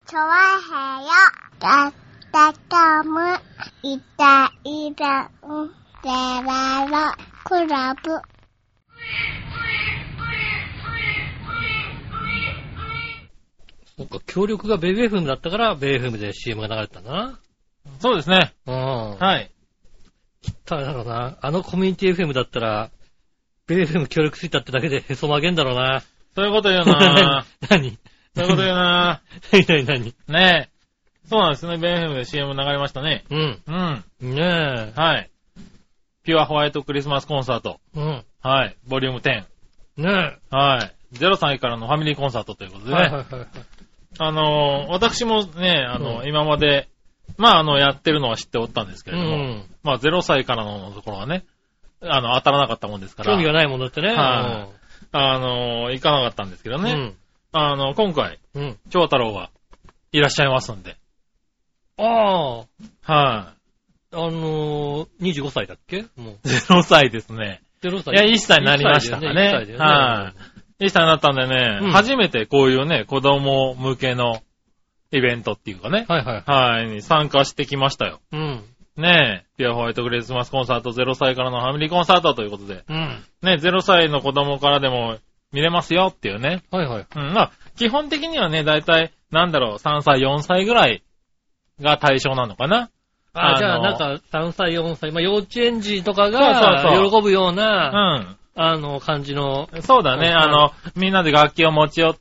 チョワヘヨだったかむいたいらんでららクラブ。 そっか、協力がベイベーフムだったからベイベーフムで CM が流れてたんだな。 そうですね。 うん。 はい。 きっとあれだろうな。あのコミュニティ FM だったら、ベイベーフム協力ついたってだけでへそ曲げんだろうな。 そういうこと言うな何そういうこと言うな何ねえ。そうなんですね。ベイベーフムで CM 流れましたね。 うん。 うん。 ねはい。ピュアホワイトクリスマスコンサート。 え。うん。 はい。ボリューム10。 ねえ。 はい。0歳からのファミリーコンサートということでね。 はいはいはい。 私もね、 うん今まで、やってるのは知っておったんですけれども、 うん。 0歳からのところはね、当たらなかったもんですから。 興味がないものってね。 はい行かなかったんですけどね。 うん。 今回、 うん。 長太郎がいらっしゃいますんで。 ああ。 はい、 25歳だっけもう。 0歳ですね。 0歳。 いや、1歳になりましたかね。 1歳だよね。 はい、1歳になったんでね、 うん初めてこういうね、子供向けのイベントっていうかね。 はいはい。 はい、参加してきましたよ。 うん。 ねえ、ピュアホワイトクリスマスコンサート0歳からのファミリーコンサートということで、 うん。 ね、0歳の子供からでも見れますよっていうね。 はいはい。 うん、基本的にはね、だいたい、3歳、4歳ぐらいが対象なのかな。 じゃあなんか3歳、4歳、幼稚園児とかそうがそう喜ぶような、 うん。 感じの。 そうだね、みんなで楽器を持ち寄って、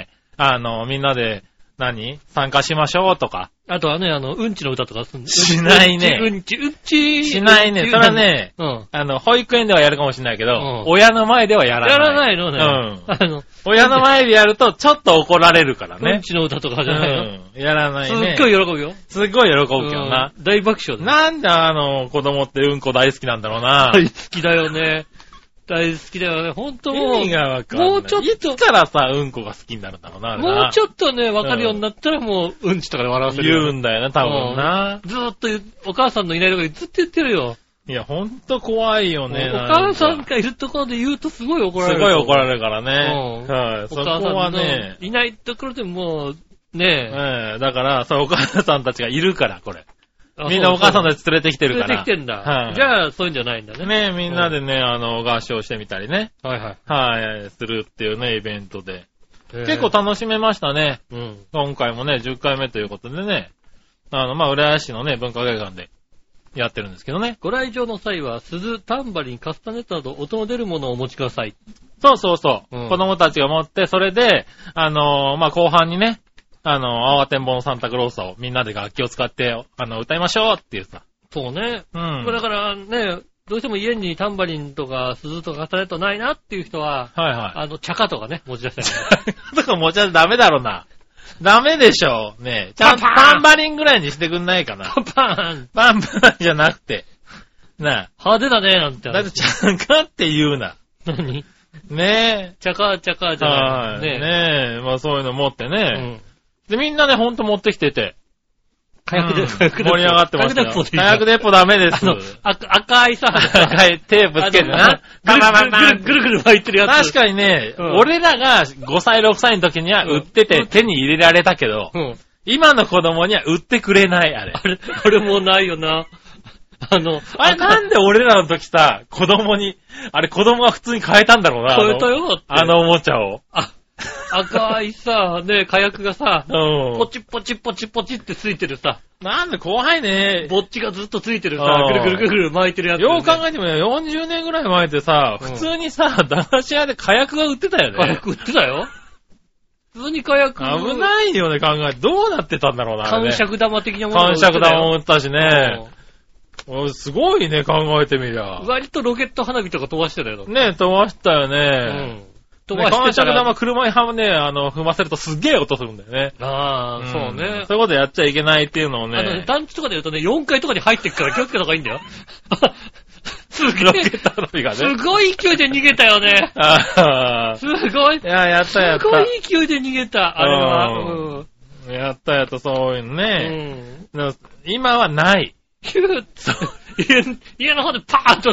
みんなで、参加しましょうとか。 あとはね、うんちの歌とかすんの。 しないね。 うんち。 しないね。それはね、 うん。 保育園ではやるかもしれないけど、 うん親の前ではやらない。 やらないのね。 うん。親の前でやると、ちょっと怒られるからね。 うんちの歌とかじゃないの。 うん。やらないね。 すっごい喜ぶよ。 すっごい喜ぶけどな。 大爆笑なだ。 んで子供ってうんこ大好きなんだろうな。 大好きだよね。大好きだよね。ほんともう。 意味がわかんない。 もうちょっと。 いつからさ、うんこが好きになるんだろうな、あれな。 もうちょっとね、わかるようになったらもう、うんちとかで笑わせるよ。 言うんだよね、多分な。 ずーっとお母さんのいないところでずっと言ってるよ。 いや、ほんと怖いよね。 お母さんがいるところで言うとすごい怒られる。 すごい怒られるからね。はい。そこはね。 いないところでもう、ねだから、お母さんたちがいるから、これ。みんなお母さんたち連れてきてるから。 連れてきてんだ。 はい。 じゃあ、そういうんじゃないんだね。 ねみんなでね、合唱してみたりね。 はいはい。 はい、するっていうね、イベントで。結構楽しめましたね。 うん。 今回もね、10回目ということでね。浦安市のね、文化会館でやってるんですけどね。 ご来場の際は、鈴、タンバリン、カスタネットなど音の出るものをお持ちください。 そうそうそう。 うん、 子供たちが持って、それで、後半にね、慌てんぼのサンタクロースをみんなで楽器を使って、歌いましょうっていうさ。 そうね。 うん。 これだからね、どうしても家にタンバリンとか鈴とかカスタネットないなっていう人は、 はいはい。 チャカとかね、持ち出したい、 ね。とか持ち出したらダメだろうな。ダメでしょ。ねえ。タンバリンぐらいにしてくんないかな。 パンパンじゃなくて。なあ。 派手だね、なんて。 だってチャカって言うな。 何ねえ。 チャカじゃない。 ねえ。そういうの持ってね。で、みんなね、ほんと持ってきてて。 火薬で、 盛り上がってましたよ。火薬鉄砲ダメです。 赤いさ、 赤いテープつけてな。 ぐるぐる巻いてるやつ。 確かにね、俺らが5歳、6歳の時には売ってて手に入れられたけど、今の子供には売ってくれない、あれ。 あれもうないよな。 あれなんで俺らの時さ、子供が普通に買えたんだろうな。 買えたよって。 おもちゃを。 赤いさ、ね、火薬がさ、ポチポチポチポチってついてるさ。 なんで怖いね。 ぼっちがずっとついてるさ、ぐるぐるぐるぐる巻いてるやつ、ね。 よう考えてもね、40年ぐらい前ってさ、普通にさ、駄菓子屋で火薬が売ってたよね。 火薬売ってたよ。普通に火薬。 危ないよね、考えて。どうなってたんだろうな、 感触玉的なもの感触玉も売ったしね。すごいね、考えてみりゃ。 割とロケット花火とか飛ばしてたよ。 ね、飛ばしたよね。飛ばしてたら。感触玉車に踏ませるとすっげえ音するんだよね。 ああ、そうね。 そういうことやっちゃいけないっていうのをね。 団地とかで言うとね、4階とかに入ってくから気をつけた方がいいんだよ。 ロケット花火がね。 すごい勢いで逃げたよね。すごい。 いや、やった。 すごい勢いで逃げた、あれは。 やった、そういうのね。今はない。 家の方でパーンと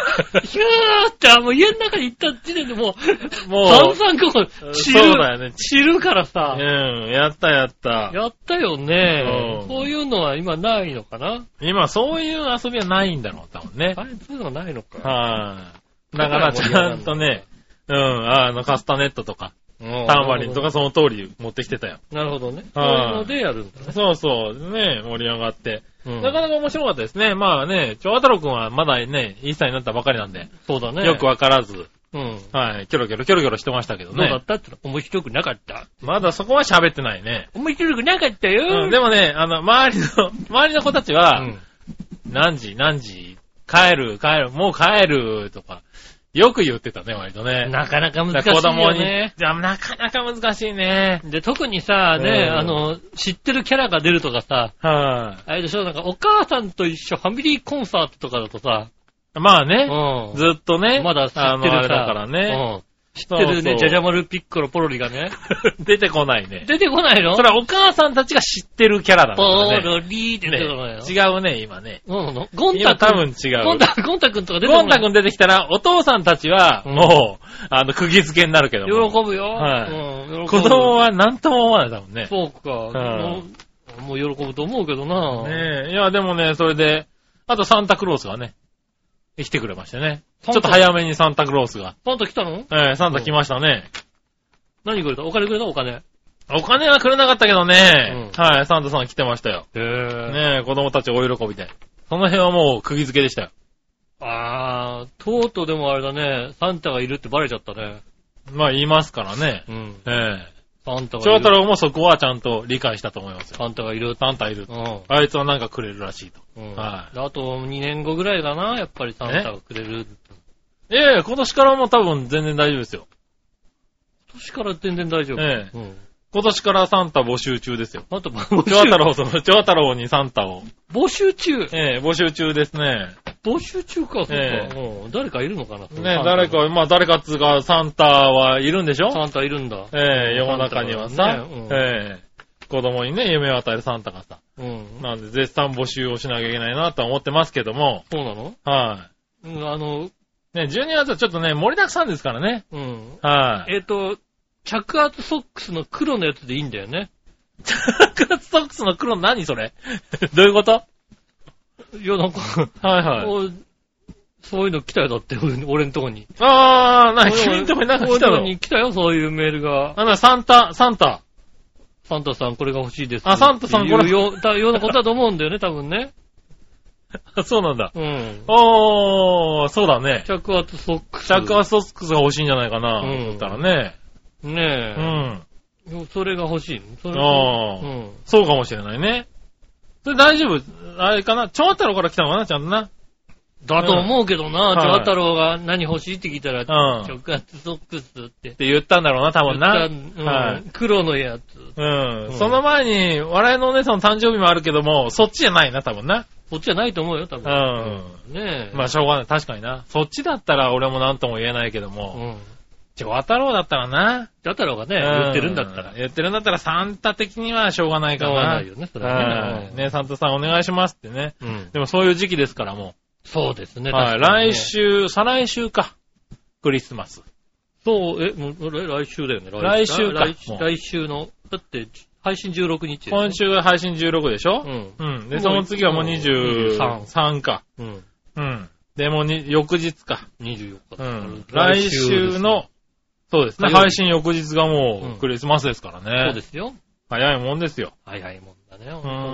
ーってもう家の中に行った時点でもう、炭酸こう、 そうだよね。 散るからさ。 やった。 やったよね。そういうのは今ないのかな？ 今そういう遊びはないんだろう、多分ね。 そういうのがないのか。 だからちゃんとね、カスタネットとか、タンバリンとかその通り持ってきてたよ。 なるほどね。そういうのでやるんだね。 そうね、盛り上がって。なかなか面白かったですね。まあね、長太郎くんはまだね、1歳になったばかりなんで。 そうだね。 よくわからず。 はい。 キョロキョロしてましたけどね。 どうだったって面白くなかった。 まだそこは喋ってないね。 面白くなかったよ。 でもね、周りの子たちは、何時、帰る、もう帰る、とか、よく言ってたね、割とね。 なかなか難しいよね。子供に。 なかなか難しいね。 で、特にさ、知ってるキャラが出るとかさ、あれでしょ、なんかお母さんと一緒ファミリーコンサートとかだとさ、 まあね、ずっとね、 まだ知ってるさ、 あれだからね。 知ってるね、ジャジャマルピッコロポロリがね。 出てこないね。 出てこないの？ それはお母さんたちが知ってるキャラだからね。 ポロリーって出てこないよ。 違うね、今ね。 ゴンタ多分違う。 ゴンタ君とか出てこない。 ゴンタ君出てきたら、お父さんたちは、もう、釘付けになるけども。 喜ぶよ。 子供は何とも思わないだもんね。 そうか。もう喜ぶと思うけどな。 ねえ。いや、でもね、それで、あとサンタクロースがね、来てくれましたね。ちょっと早めにサンタクロースが。 サンタ来たの？ サンタ来ましたね。 何くれた？お金くれた？お金。 お金はくれなかったけどね。はい、サンタさん来てましたよ。ねえ、子供たち大喜びで。その辺はもう釘付けでしたよ。 とうとうでもあれだね、サンタがいるってバレちゃったね。 まあ言いますからね。 サンタがいる。 翔太郎もそこはちゃんと理解したと思いますよ。 サンタがいる。 サンタいる。あいつはなんかくれるらしいと。 あと2年後ぐらいだな、やっぱりサンタがくれる。 今年からも多分全然大丈夫ですよ。 今年から全然大丈夫。 今年からサンタ募集中ですよ。 あと、 長太郎にサンタを。 募集中？ 募集中ですね。 募集中か、そうか。誰かいるのかな？ 誰かっつうか、サンタはいるんでしょ？ サンタいるんだ。 世の中にはさ、子供にね、夢を与えるサンタがさ。なんで、絶賛募集をしなきゃいけないなとは思ってますけども。 そうなの？ はい。ね、12月はちょっとね、盛りだくさんですからね。はい。 着圧ソックスの黒のやつでいいんだよね。 着圧ソックスの黒何それどういうこと？ いや、なんか、そういうの来たよ、だって、俺んとこに。 君んとこになんか来たの？ 俺んとこに来たよ、そういうメールが。 サンタさん、これが欲しいです。 サンタさん、 これ。ようなことだと思うんだよね、多分ね。 そうなんだ。そうだね。 着圧ソックス。 着圧ソックスが欲しいんじゃないかな。だったらね。 ねえ。それが欲しい。 そうかもしれないね。それ大丈夫？あれかな？長太郎から来たのかな？ちゃんとな。 だと思うけどな。長太郎が何欲しいって聞いたら、直圧ソックスって言ったんだろうな、多分な。 黒のやつ。 その前に、笑いのお姉さんの誕生日もあるけども、そっちじゃないな、多分な。 そっちじゃないと思うよ、多分。ねえ。 まあ、しょうがない。確かにな。そっちだったら俺も何とも言えないけども。渡郎だったらな。 渡郎がね、言ってるんだったら。 言ってるんだったらサンタ的にはしょうがないかな。 しょうがないよね、それはね。ね、サンタさんお願いしますってね。でもそういう時期ですからもう。 そうですね。 はい。再来週か。クリスマス。 そう、来週だよね。 来週か。 来週の、だって配信16日。 今週が配信16でしょ？で、その次はもう23か。で、も翌日か。 24日。 来週の、そうですね。配信翌日がもうクリスマスですからね。 そうですよ。 早いもんですよ。 早いもんだね。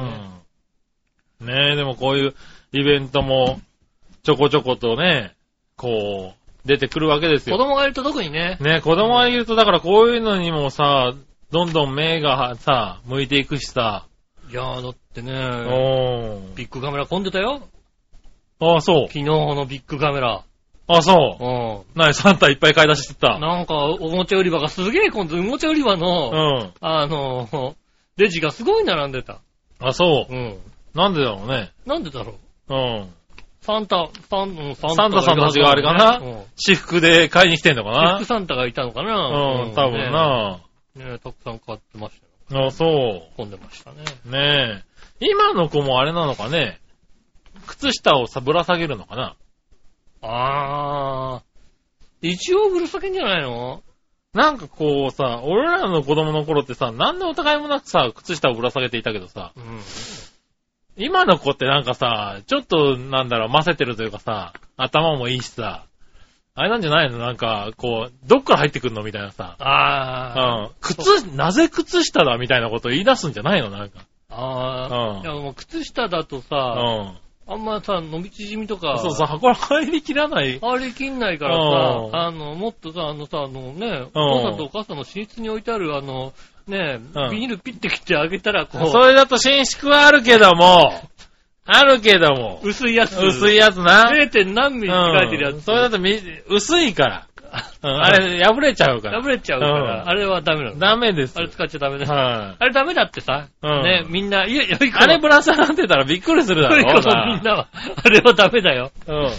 ねえ、でもこういうイベントもちょこちょことね、こう、出てくるわけですよ。 子供がいると特にね。 ね、子供がいるとだからこういうのにもさ、どんどん目がさ、向いていくしさ。 いやーだってね、ビッグカメラ混んでたよ。 そう。 昨日のビッグカメラ。 そう。何、サンタいっぱい買い出ししてた。 なんか、おもちゃ売り場がすげえ混んで、おもちゃ売り場の、レジがすごい並んでた。 そう。なんでだろうね。 なんでだろう。サンタさんたちがあれかな、私服で買いに来てんのかな。 私服サンタがいたのかな。 多分な。 ねたくさん買ってましたよ。 そう。 混んでましたね。 ねえ。今の子もあれなのかね。靴下をぶら下げるのかな。 一応ぶら下げんじゃないの？ なんかこうさ、俺らの子供の頃ってさ、なんでお互いもなくさ、靴下をぶら下げていたけどさ、今の子ってなんかさ、ちょっとなんだろう、ませてるというかさ、頭もいいしさ、あれなんじゃないの？なんか、こう、どっから入ってくんのみたいなさ。なぜ靴下だみたいなことを言い出すんじゃないの？なんか。 いやもう靴下だとさ、あんまさ、伸び縮みとか。 そうさ、これ入りきらない。 入りきんないからさ、もっとさ、お父さんとお母さんの寝室に置いてあるビニールピッて切ってあげたら、こう。 それだと伸縮はあるけども、 薄いやつ。 な。 0. 何ミリって書いてるやつ。 それだと薄いから。あれ、破れちゃうから。 あれはダメなの。 ダメです。 あれ使っちゃダメだ。あれダメだってさ。ね、みんな、あれぶら下がってたらびっくりするだろ。 みんなは。あれはダメだよ。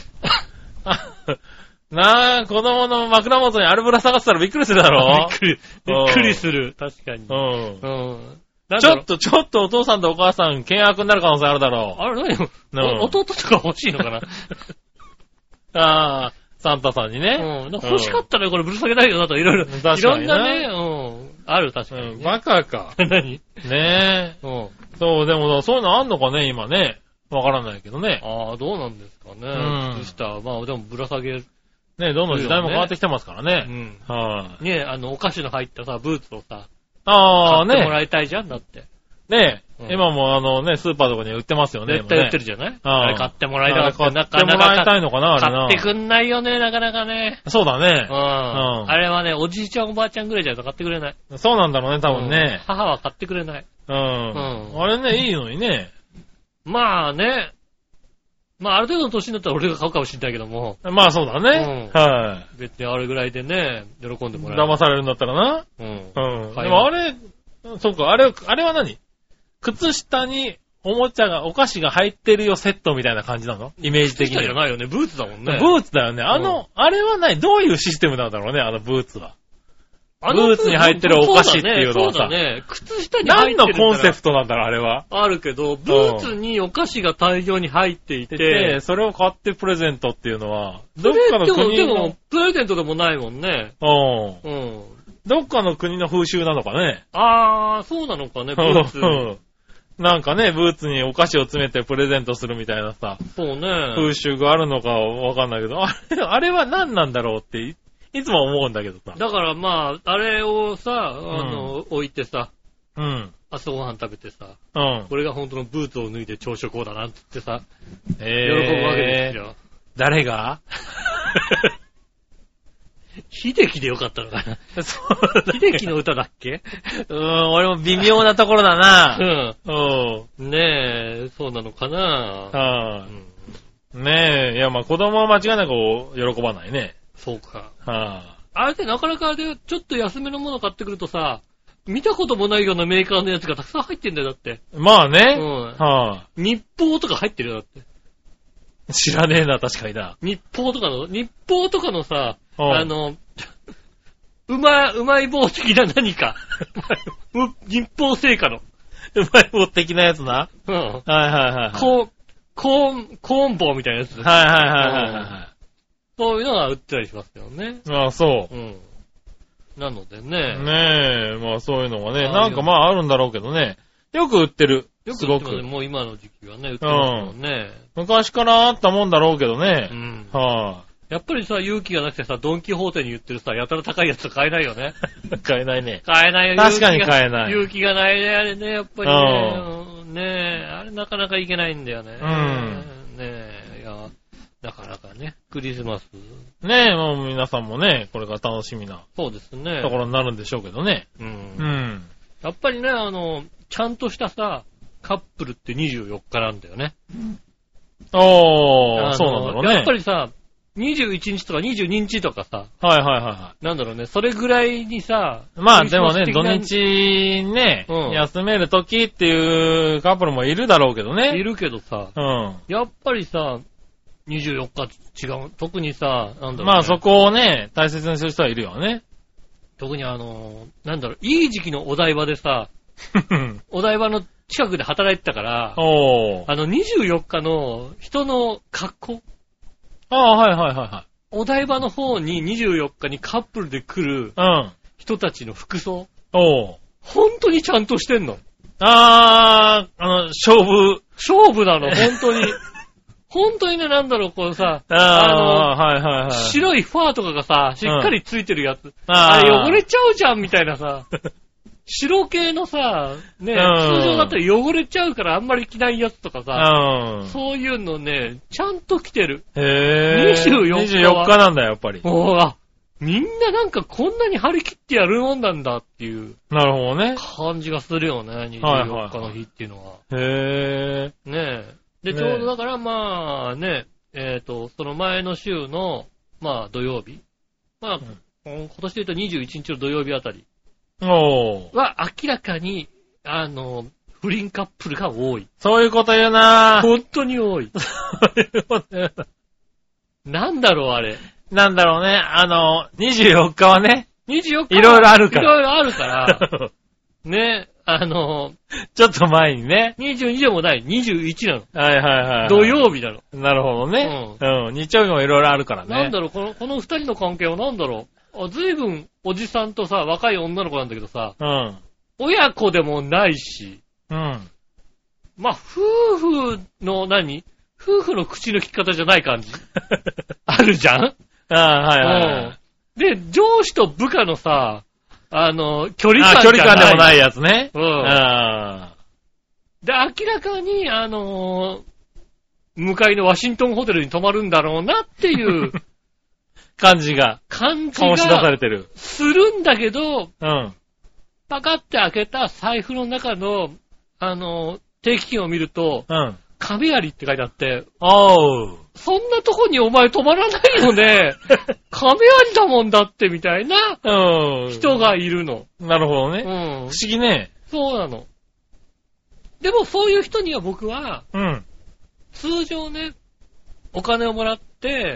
子供の枕元にあれぶら下がってたらびっくりするだろ。 びっくりする。確かに。 ちょっとお父さんとお母さん険悪になる可能性あるだろう。 あれ何？弟とか欲しいのかな？ サンタさんにね。 欲しかったらこれぶら下げないよなと、いろいろ。いろんなね、ある、確かに。 バカか。 何？ ねえ。そう、でもそういうのあんのかね、今ね。わからないけどね。 どうなんですかね。靴下、まあでもぶら下げる。 ね、どんどん時代も変わってきてますからね。 ね、お菓子の入ったさ、ブーツをさ、 買ってもらいたいじゃん、だって。 ねえ、今もスーパーとかに売ってますよね。 絶対売ってるじゃない？あれ買ってもらいたい。買ってもらいたいのかな、あれな。 買ってくんないよね、なかなかね。 そうだね。 あれはね、おじいちゃんおばあちゃんぐらいじゃ買ってくれない。 そうなんだろうね、多分ね。 母は買ってくれない。 あれね、いいのにね。 まあね。まあある程度の年になったら俺が買うかもしれないけども。 まあそうだね。はい。 別にあれぐらいでね、喜んでもらえる。 騙されるんだったらな。でもあれ、そうか、あれは何？靴下にお菓子が入ってるよセットみたいな感じなの？イメージ的に。 靴下じゃないよね、ブーツだもんね。 ブーツだよね。あれは何？どういうシステムなんだろうね、ブーツは。ブーツに入ってるお菓子っていうのはさ。 そうだね。靴下に入ってる。 何のコンセプトなんだろう、あれは。 あるけど、ブーツにお菓子が大量に入っていて、 それを買ってプレゼントっていうのは、どっかの国の。でも、 プレゼントでもないもんね。 どっかの国の風習なのかね。 そうなのかね、ブーツ。 なんかね、ブーツにお菓子を詰めてプレゼントするみたいなさ。 そうね。 風習があるのかわかんないけど、あれは何なんだろうっていつも思うんだけどさ。 だからまあ、あれをさ、置いてさ、朝ごはん食べてさ、これが本当のブーツを脱いで朝食をだなって言ってさ、喜ぶわけですよ。 誰が秀樹でよかったのかな。秀樹の歌だっけ？ 俺も微妙なところだな。 ねえ、そうなのかな。 ねえ、いやまあ子供は間違いなく喜ばないね。 そうか。あれってなかなかちょっと安めのもの買ってくるとさ、見たこともないようなメーカーのやつがたくさん入ってんだよ、だって。 まあね。 日報とか入ってるよ、だって。 知らねえな、確かにな。 日報とかのさ、うまい棒的な何か。日報製菓の。 うまい棒的なやつな。 コーン棒みたいなやつ。そういうのが売ってたりしますよね。 そう。 なのでね。 ねえ、まあそういうのがね、なんかまああるんだろうけどね。よく売ってる。すごく。 もう今の時期はね、売ってますもんね。 昔からあったもんだろうけどね。 やっぱりさ、勇気がなくてさ、ドンキホーテに売ってるさ、やたら高いやつ買えないよね。 買えないね。 買えないよ、 確かに買えない。 勇気がないね、あれね、やっぱりね。ねえ、あれなかなかいけないんだよね。ねえ、いや、なかなかね、クリスマス。 ねえ、もう皆さんもね、これが楽しみな。 そうですね。 ところになるんでしょうけどね。 やっぱりね、ちゃんとしたさ、カップルって24日なんだよね。 そうなんだろうね。 やっぱりさ、21日とか22日とかさ。なんだろうね、それぐらいにさ。 まあでもね、土日ね、休める時っていうカップルもいるだろうけどね。 いるけどさ。やっぱりさ、24日違う。特にさ、なんだろうね。 まあそこをね、大切にする人はいるよね。 特になんだろう、いい時期のお台場でさ、お台場の近くで働いてたから、24日の人の格好はい。 お台場の方に24日にカップルで来る人たちの服装。本当にちゃんとしてんの。 勝負なの、本当に。本当にね、なんだろう、このさ、白いファーとかがさ、しっかりついてるやつ。汚れちゃうじゃん、みたいなさ。白系のさ、ね、通常だったら汚れちゃうからあんまり着ないやつとかさ、そういうのね、ちゃんと着てる。 24日なんだ、やっぱり。 みんななんかこんなに張り切ってやるもんなんだっていう。 なるほどね。 感じがするよね、24日の日っていうのは。 ねえ。で、ちょうどだからまあね、その前の週の、まあ土曜日。まあ、今年で言うと21日の土曜日あたり。は明らかに、不倫カップルが多い。 そういうこと言うなぁ。 本当に多い。そういうこと言うな。なんだろう、あれ。 なんだろうね。24日はね。 24日いろいろあるから。 いろいろあるから。ね、 ちょっと前にね。 22でもない、21なの。はい。 土曜日なの。 なるほどね。日曜日もいろいろあるからね。 なんだろう、この二人の関係はなんだろう。ずいぶんおじさんとさ、若い女の子なんだけどさ。親子でもないし。まあ、夫婦の夫婦の口の利き方じゃない感じ。あるじゃんで、上司と部下のさ、距離感距離感でもないやつね。 で、明らかに、向かいのワシントンホテルに泊まるんだろうなっていう、 感じが。 醸し出されてる。 するんだけど、パカって開けた財布の中の、定期券を見ると、亀有って書いてあって、そんなとこにお前泊まらないよね。亀有だもんだってみたいな人がいるの。 なるほどね。不思議ね。 そうなの。でもそういう人には僕は、通常ね、お金をもらって、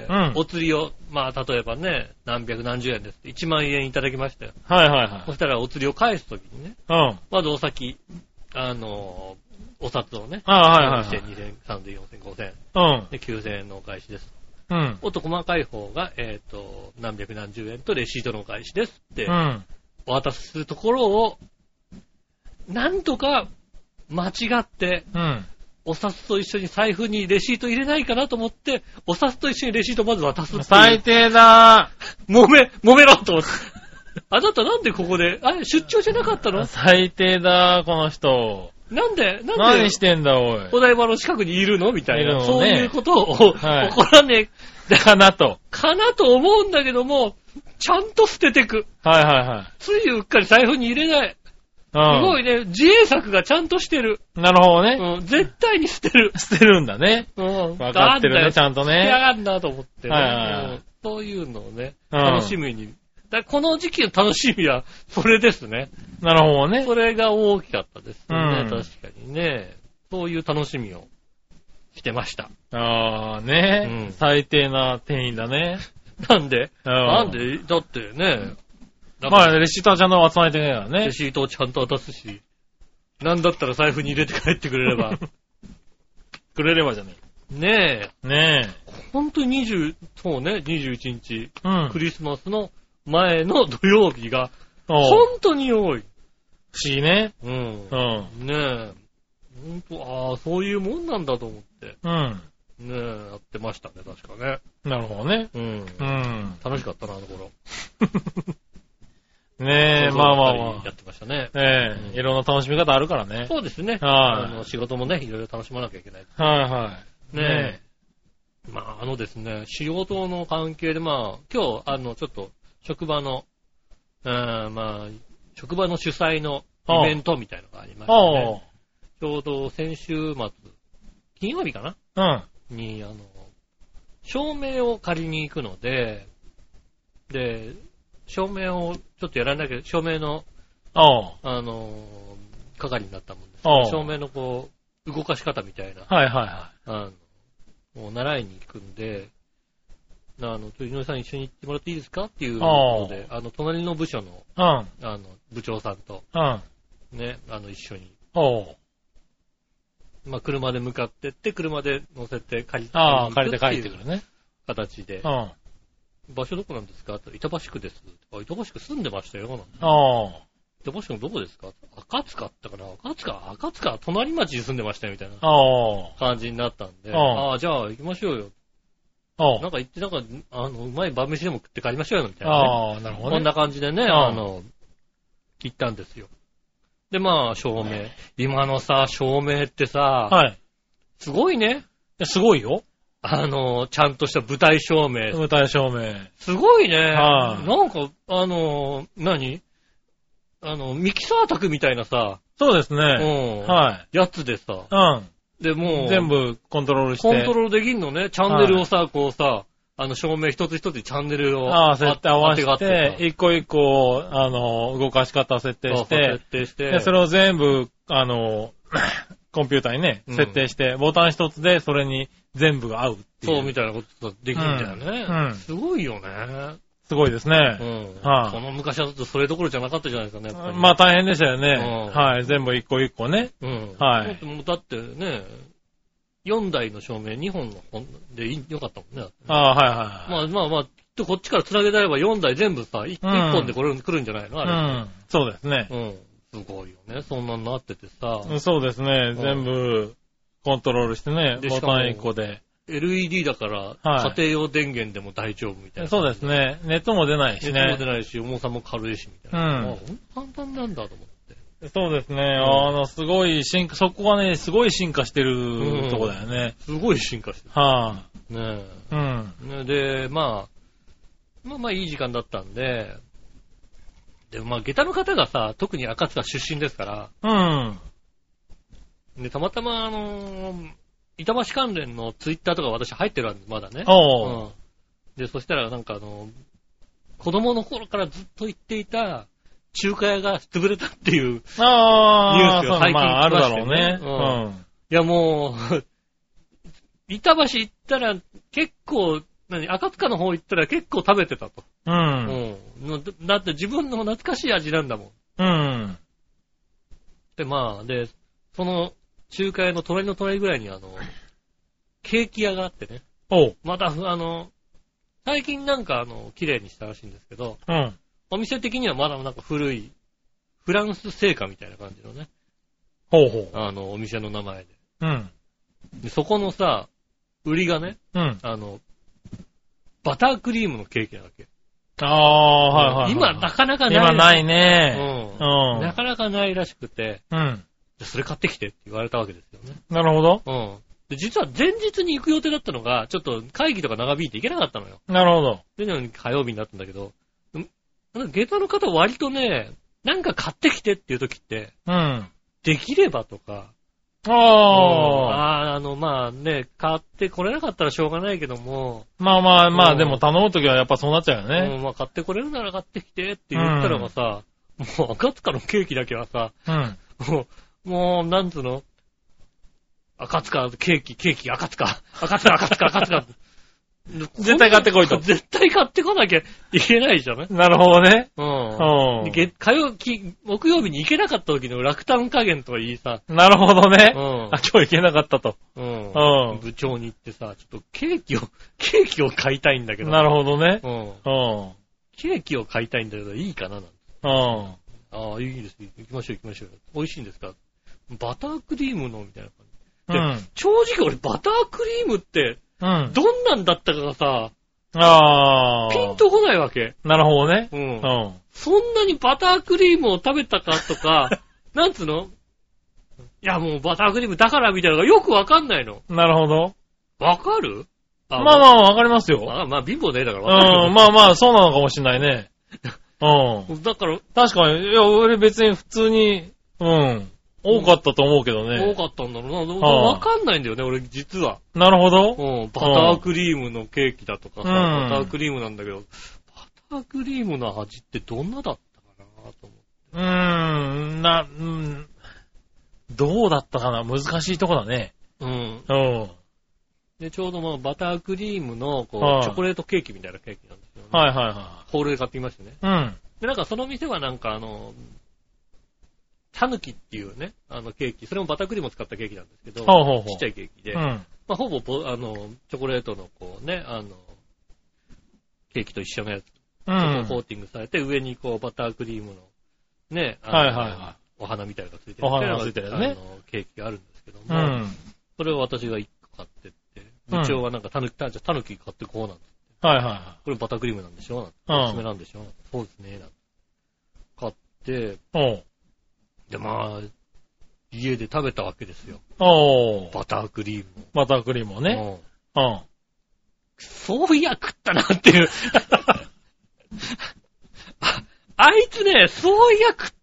お釣りを、まあ例えばね、何百何十円ですって1万円いただきましたよ。そしたらお釣りを返すときにね、まずお先、お札をね。1000、2000、3000、4000、5000。で、9000円のお返しです。もっと細かい方が、何百何十円とレシートのお返しですって、お渡しするところを、なんとか間違って、お札と一緒に財布にレシート入れないかなと思って、お札と一緒にレシートまず渡すっていう。 最低だー。揉めろと思って。あなたなんでここで、出張じゃなかったの？ 最低だー、この人。 なんで何してんだ、おい。 お台場の近くにいるのみたいな。そういうことを、怒らねえ。かなと思うんだけども、ちゃんと捨ててく。ついうっかり財布に入れない。すごいね、自衛策がちゃんとしてる。 なるほどね。 絶対に捨てる。 捨てるんだね。わかってるね、ちゃんとね。 捨てやがんなと思って、そういうのをね、楽しみに。この時期の楽しみは、それですね。 なるほどね。 それが大きかったですね。確かにね。そういう楽しみをしてました。 最低な店員だね。 なんでだってね。 まあ、レシートはちゃんと渡さないといけないからね。 レシートをちゃんと渡すし。なんだったら財布に入れて帰ってくれれば。 くれればじゃねえ。 ねえ。 ほんとに21日、クリスマスの前の土曜日が、ほんとに多い。 不思議ね。 ねえ。ほんと、そういうもんなんだと思って。ねえ、やってましたね、確かね。 なるほどね。 楽しかったな、あの頃。 ねえ、まあ。 やってましたね。 いろんな楽しみ方あるからね。 そうですね。仕事もね、いろいろ楽しまなきゃいけない。ねえ。まあ、ですね、仕事の関係で、まあ、今日、ちょっと、職場の職場の主催のイベントみたいなのがありましてね。ちょうど先週末、金曜日かなに、照明を借りに行くので、照明をちょっとやらなきゃ、照明の、係になったもんですけど、照明の動かし方みたいな。もう習いに行くんで、井上さん一緒に行ってもらっていいですかっていうので、隣の部署の、部長さんと、ね、一緒に。まあ、車で向かってって、車で乗せて借りて帰ってくるね。 形で、場所どこなんですかって、板橋区です。板橋区住んでましたよ。板橋区のどこですか？赤塚ってかな？赤塚、隣町に住んでましたよ、みたいな感じになったんで、じゃあ行きましょうよ。なんか行って、うまい晩飯でも食って帰りましょうよ、みたいな、ね。なるほどね。こんな感じでね、行ったんですよ。で、照明。今のさ、照明ってさ、すごいね。 すごいよ。 ちゃんとした舞台照明。すごいね。なんか、ミキサー卓みたいなさ。 そうですね。 やつでさ。で、もう。 全部コントロールして。 コントロールできんのね。チャンネルをさ、こうさ、照明一つ一つにチャンネルを設定合わせて、一個一個、動かし方設定して、で、それを全部、コンピューターにね、設定して、ボタン一つでそれに全部合うっていう。 そうみたいなことできるんだよね。すごいよね。 すごいですね。 この昔はそれどころじゃなかったじゃないですかね。 大変でしたよね。全部一個一個ね。 だってね、4台の照明2本の本でよかったもんね。こっちから繋げられば4台全部さ、1本でこれ来るんじゃないの？あれ。 そうですね。 すごいよね。そんなになっててさ。 そうですね。全部コントロールしてね、ボタン1個で。 LED だから、家庭用電源でも大丈夫みたいな。 そうですね。熱も出ないしね。 熱も出ないし、重さも軽いしみたいな。簡単なんだと思って。 そうですね。すごいそこがね、すごい進化してるとこだよね。 すごい進化してる。ねえ。で、いい時間だったんで、で、下駄の方がさ、特に赤塚出身ですから、で、たまたま板橋関連のツイッターとか私入ってるんです、まだね。で、そしたら子供の頃からずっと言っていた中華屋が潰れたっていうニュースが最近来ましてね。 あるだろうね。 いやもう、板橋行ったら結構、赤塚の方行ったら結構食べてたと。だって自分の懐かしい味なんだもん。で、で、その中華屋の隣の隣ぐらいにケーキ屋があってね。また、最近綺麗にしたらしいんですけど、お店的にはまだ古い、フランス製菓みたいな感じのね。お店の名前で。でそこのさ、売りがね、バタークリームのケーキなわけ。今なかなかない。 今ないね。 なかなかないらしくて、それ買ってきてって言われたわけですよね。 なるほど。 で実は前日に行く予定だったのが、ちょっと会議とか長引いて行けなかったのよ。 なるほど。 で、火曜日になったんだけど、下駄の方割とね、買ってきてっていう時って、できればとか、買ってこれなかったらしょうがないけども。 でも頼むときはやっぱそうなっちゃうよね。 買ってこれるなら買ってきてって言ったらばさ、もう赤塚のケーキだけはさ、もう、なんつうの？赤塚、ケーキ、赤塚。 絶対買ってこいと。 絶対買ってこなきゃいけないじゃん。 なるほどね。 木曜日に行けなかった時の落胆加減といいさ。 なるほどね。今日行けなかったと。 部長に行ってさ、ちょっとケーキを買いたいんだけど。 なるほどね。 ケーキを買いたいんだけど、いいかななんて。いいです。行きましょう。美味しいんですか？バタークリームのみたいな感じ。で、正直俺バタークリームって、どんなんだったかがさ、ピンとこないわけ。 なるほどね。 そんなにバタークリームを食べたかとか、なんつうの？いやもうバタークリームだからみたいなのがよくわかんないの。 なるほど。 わかる？ わかりますよ。 貧乏ねだからわかる。 そうなのかもしれないね。 だから、 確かに、いや、俺別に普通に、多かったと思うけどね。 多かったんだろうな。わかんないんだよね、俺実は。 なるほど。 バタークリームのケーキだとかさ、バタークリームなんだけど、バタークリームの味ってどんなだったかなと思って。 どうだったかな？難しいとこだね。 で、ちょうどバタークリームの、チョコレートケーキみたいなケーキなんですよね。ホールで買ってきましたね。で、その店はタヌキっていうね、ケーキ、それもバタークリームを使ったケーキなんですけど、ちっちゃいケーキで、ほぼ、チョコレートのケーキと一緒のやつ。コーティングされて、上にこうバタークリームの、ね、お花みたいなのがついてる。 お花がついてるね。 ケーキがあるんですけども、それを私が1個買ってって、部長はなんかタヌキ買ってこうなんて。これバタークリームなんでしょなんて。おすすめなんでしょそうですね。なんて。買って、で、まあ、家で食べたわけですよ。バタークリーム。 バタークリームをね。 そういや食ったなっていう。あいつね、そういや食った。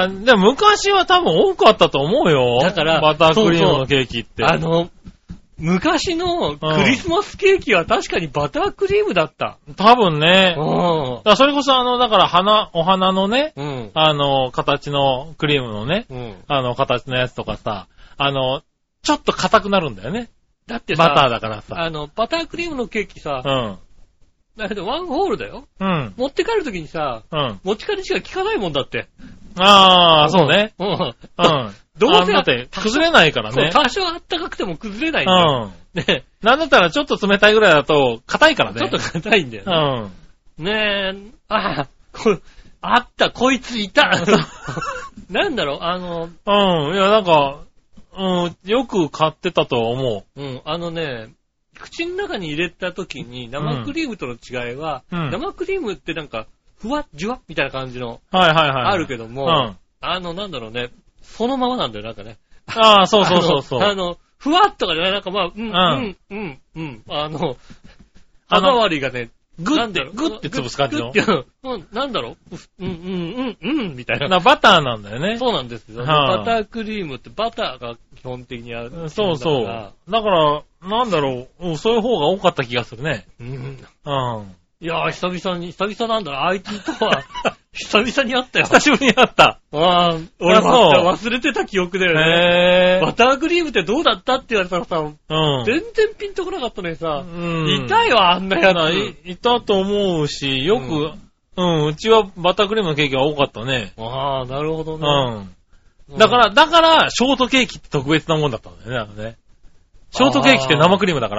でも昔は多分多かったと思うよ。 だから、 バタークリームのケーキって。 昔のクリスマスケーキは確かにバタークリームだった。 多分ね。それこそだからお花のね、形のクリームのね、形のやつとかさ、ちょっと硬くなるんだよね。 だってさ、 バターだからさ。 バタークリームのケーキさ、だけどワンホールだよ。持って帰るときにさ、持ち帰りしか効かないもんだって。 そうね。どうせだって崩れないからね。 多少あったかくても崩れないんだよ。 ね。なんだったらちょっと冷たいぐらいだと硬いからね。 ちょっと硬いんだよね。ねえ、あった、こいついた。なんだろう、 いやなんか、よく買ってたと思う。口の中に入れた時に生クリームとの違いは、生クリームってなんか、ふわっじゅわっみたいな感じの、あるけども、なんだろうね、そのままなんだよ、なんかね。 そう。 ふわっとかね、なんかまあ、歯触りがね、 グッて潰す感じの。 なんだろうみたいな。 バターなんだよね。 そうなんですよ。バタークリームってバターが基本的にある。 そう。だから、なんだろう、そういう方が多かった気がするね。いやー、久々なんだな、あいつとは、久々に会ったよ。 久しぶりに会った。 俺忘れてた記憶だよね。バタークリームってどうだったって言われたらさ、全然ピンとこなかったのにさ、いたよ、あんなやつ。 いたと思うし、よく、うちはバタークリームのケーキが多かったね。 なるほどね。 だから、ショートケーキって特別なもんだったんだよね、ショートケーキって生クリームだから、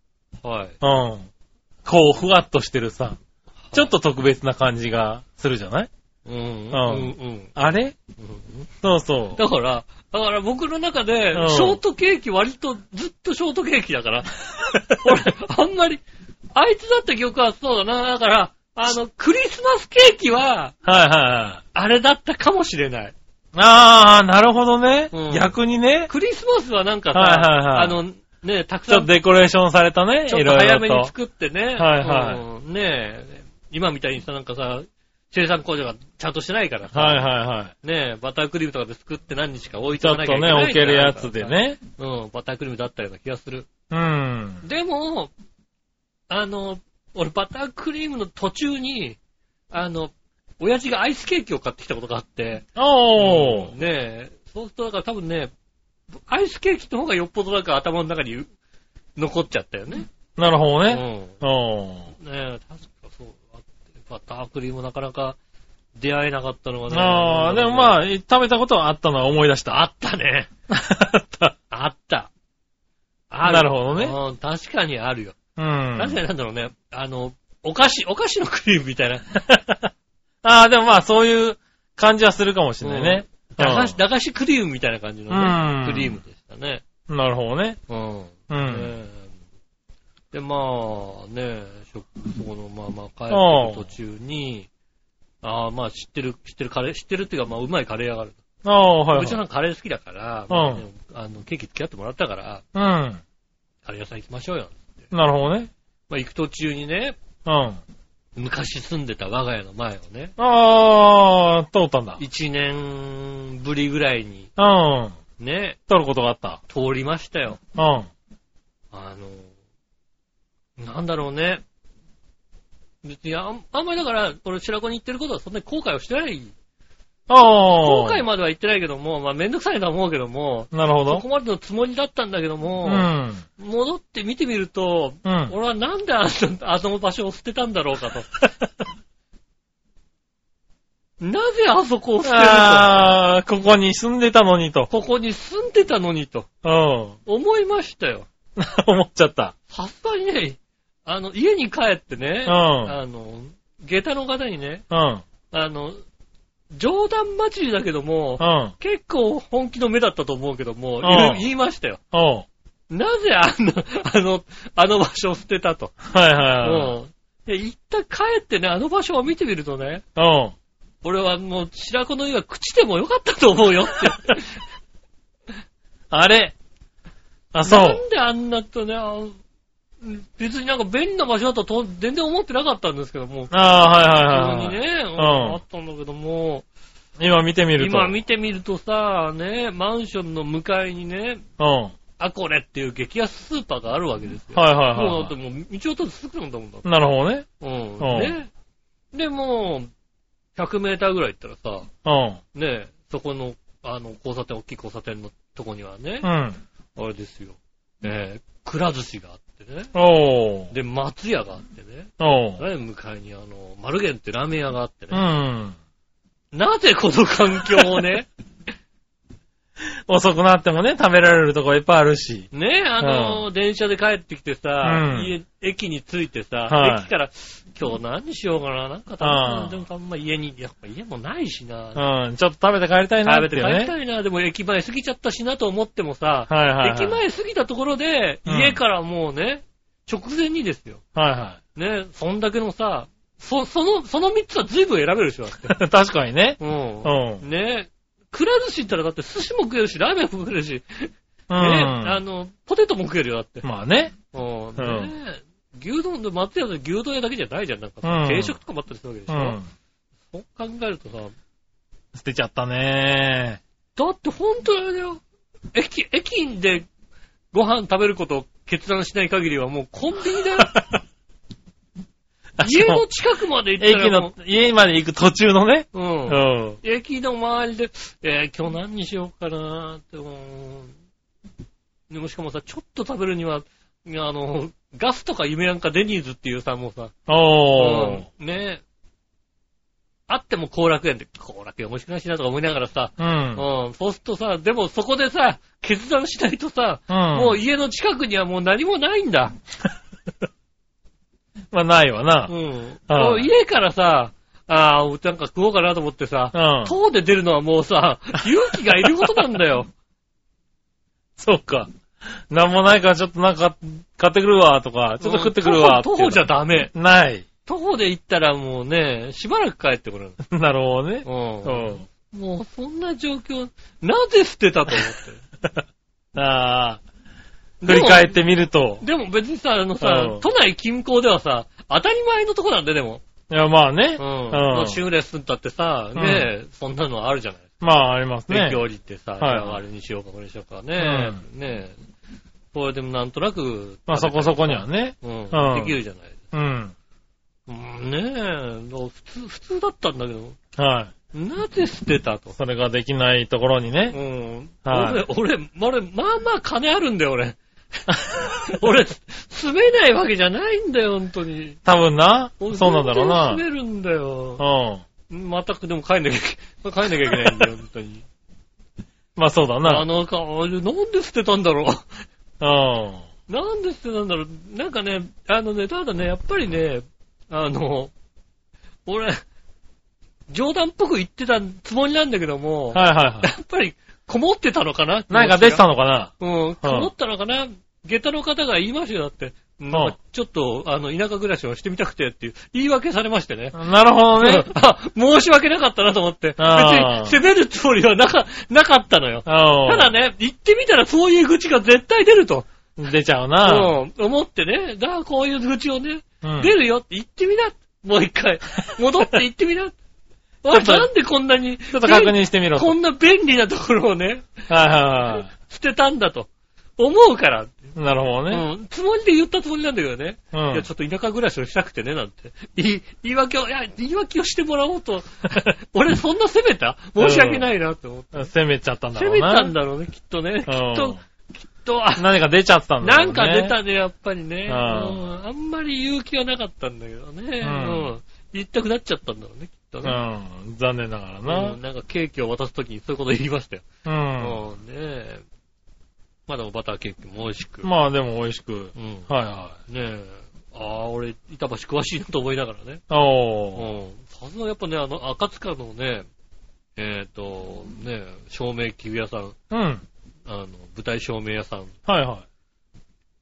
こう、ふわっとしてるさ、ちょっと特別な感じがするじゃない？あれ？そう。 だから僕の中で、ショートケーキ割とずっとショートケーキだから、俺、あんまり、あいつだった記憶はそうだな。だから、クリスマスケーキは、あれだったかもしれない。 なるほどね。逆にね。 クリスマスはなんかさ、ね、たくさん。 ちょっとデコレーションされたね。 ちょっと早めに作ってね。 ね今みたいにさ、なんかさ、生産工場がちゃんとしてないからさ。ねバタークリームとかで作って何日か置いておかなきゃいけない。 ちょっとね、置けるやつでね。 バタークリームだったような気がする。でも、俺バタークリームの途中に、親父がアイスケーキを買ってきたことがあって。そうするとだから多分ね、アイスケーキの方がよっぽどなんか頭の中に残っちゃったよね。 なるほどね。 確かそう。バタークリームなかなか出会えなかったのがね。 でもまあ、食べたことはあったのは思い出した。 あったね。あった。 なるほどね。 確かにあるよ。確かになんだろうね。お菓子のクリームみたいな。でもまあそういう感じはするかもしれないね。 駄菓子クリームみたいな感じのね、クリームでしたね。 なるほどね。 で、まあね、そこのまま帰ってる途中に、まあ知ってるカレー、知ってるっていうか、まあうまいカレー屋がある。うちのカレー好きだから、ケーキ付き合ってもらったから、カレー屋さん行きましょうよ。 なるほどね。 まあ行く途中にね、昔住んでた我が家の前をね。 通ったんだ。 1年ぶりぐらいに。ね。 通ることがあった。 通りましたよ。なんだろうね。別にあんまりだから、俺白子に行ってることはそんなに後悔をしてない。後悔までは言ってないけども、まあめんどくさいとは思うけども。 なるほど。 そこまでのつもりだったんだけども、戻って見てみると、俺はなんであの場所を捨てたんだろうかと。なぜあそこを捨てると。 ここに住んでたのにと。 ここに住んでたのにと。思いましたよ。 思っちゃった。 さすがにね、 家に帰ってね、下駄の方にね、冗談交じりだけども、結構本気の目だったと思うけども、言いましたよ。なぜあの場所を捨てたと。 はいはい。 一旦帰ってね、あの場所を見てみるとね、俺はもう白子の湯は朽ちてもよかったと思うよって。 あれそう。 なんであんなとね、別になんか便利な場所だと全然思ってなかったんですけども。 はい。 普通にね、あったんだけども。 今見てみるとさ、ね、マンションの向かいにね、アコレっていう激安スーパーがあるわけですよ。 はい。 もうだってもう道を通ってすぐなんだもんだって。 なるほどね。 ね。で、もう、100メーターぐらい行ったらさ、ね、そこの、交差点、大きい交差点のとこにはね、あれですよ、くら寿司があってね。で、松屋があってね。向かいにマルゲンってラーメン屋があってね。なぜこの環境をね、 遅くなってもね、食べられるとこいっぱいあるし。 ね、電車で帰ってきてさ、駅に着いてさ、駅から、今日何にしようかな、なんかでもあんま家もないしな。 ちょっと食べて帰りたいなってね。 食べて帰りたいな、でも駅前過ぎちゃったしなと思ってもさ、駅前過ぎたところで、家からもうね、直前にですよ。ね、そんだけのさ、その3つは随分選べるでしょ、だって。 確かにね。 ね、くら寿司行ったらだって寿司も食えるし、ラーメンも食えるし、ポテトも食えるよ、だって。 まあね。 牛丼で、松屋で牛丼屋だけじゃないじゃん。なんか定食とかもあったりするわけでしょ。そう考えるとさ、 捨てちゃったねだって本当にあれだよ。駅でご飯食べることを決断しない限りはもうコンビニだよ。家の近くまで行ったら家まで行く途中のね。 駅の周りで、今日何にしようかなーって、でもしかもさ、ちょっと食べるには、ガスとか夢なんかデニーズっていうさ、もうさ、ね、あっても後楽園で、後楽園面白くないしなとか思いながらさ、そうするとさ、でもそこでさ、決断しないとさ、もう家の近くにはもう何もないんだ。 まあないわな。 家からさ、なんか食おうかなと思ってさ、塔で出るのはもうさ、勇気がいることなんだよ。 そうか。なんもないからちょっとなんか買ってくるわとか、ちょっと食ってくるわって。 徒歩じゃダメ。 ない。 徒歩で行ったらもうね、しばらく帰ってくる。 なるほどね。 もうそんな状況、なぜ捨てたと思って。 振り返ってみると。 でも別にさ、都内近郊ではさ、当たり前のとこなんで、でも。 いや、まあね。 シューレッスンだってさ、ね、そんなのあるじゃない。 まあ、ありますね。 駅降りてさ、あれにしようか、これにしようかね。ねこれでもなんとなく。 まあそこそこにはね。 できるじゃないですか。ね普通だったんだけど。なぜ捨てたと。 それができないところにね。 俺、まあまあ金あるんだよ、俺。俺、住めないわけじゃないんだよ、本当に。 多分な。そうなんだろうな。 住めるんだよ。全くでも帰んなきゃいけないんだよ、本当に。 まあそうだな。 なんで捨てたんだろう。なんで捨てたんだろう。なんかね、ただね、やっぱりね、俺、冗談っぽく言ってたつもりなんだけども、やっぱり、こもってたのかな。 なんか出てたのかな。 こもったのかな。下駄の方が言いましたよ、だって。ちょっと、田舎暮らしをしてみたくてっていう、言い訳されましてね。 なるほどね。 申し訳なかったなと思って。別に、責めるつもりはなかったのよ。ただね、言ってみたらそういう愚痴が絶対出ると。 出ちゃうな。 思ってね、こういう愚痴をね、出るよって言ってみな。もう一回。戻って言ってみな。なんでこんなに、 ちょっと確認してみろ。 こんな便利なところをね、捨てたんだと思うから。 なるほどね。 つもりで言ったつもりなんだけどね。いや、ちょっと田舎暮らしをしたくてね、なんて。言い訳をしてもらおうと。俺そんな責めた？申し訳ないなって思って。 責めちゃったんだろうな。 責めたんだろうね、きっとね。きっと。 何か出ちゃったんだろうね。 なんか出たね、やっぱりね。あんまり勇気はなかったんだけどね。言いたくなっちゃったんだろうね、きっとね。 残念ながらな。 なんかケーキを渡すときにそういうこと言いましたよ。まあでもバターケーキも美味しく。 まあでも美味しく。 ね俺、板橋詳しいなと思いながらね。さすがやっぱね、赤塚のね、照明器具屋さん。 うん。 舞台照明屋さん。 はいはい。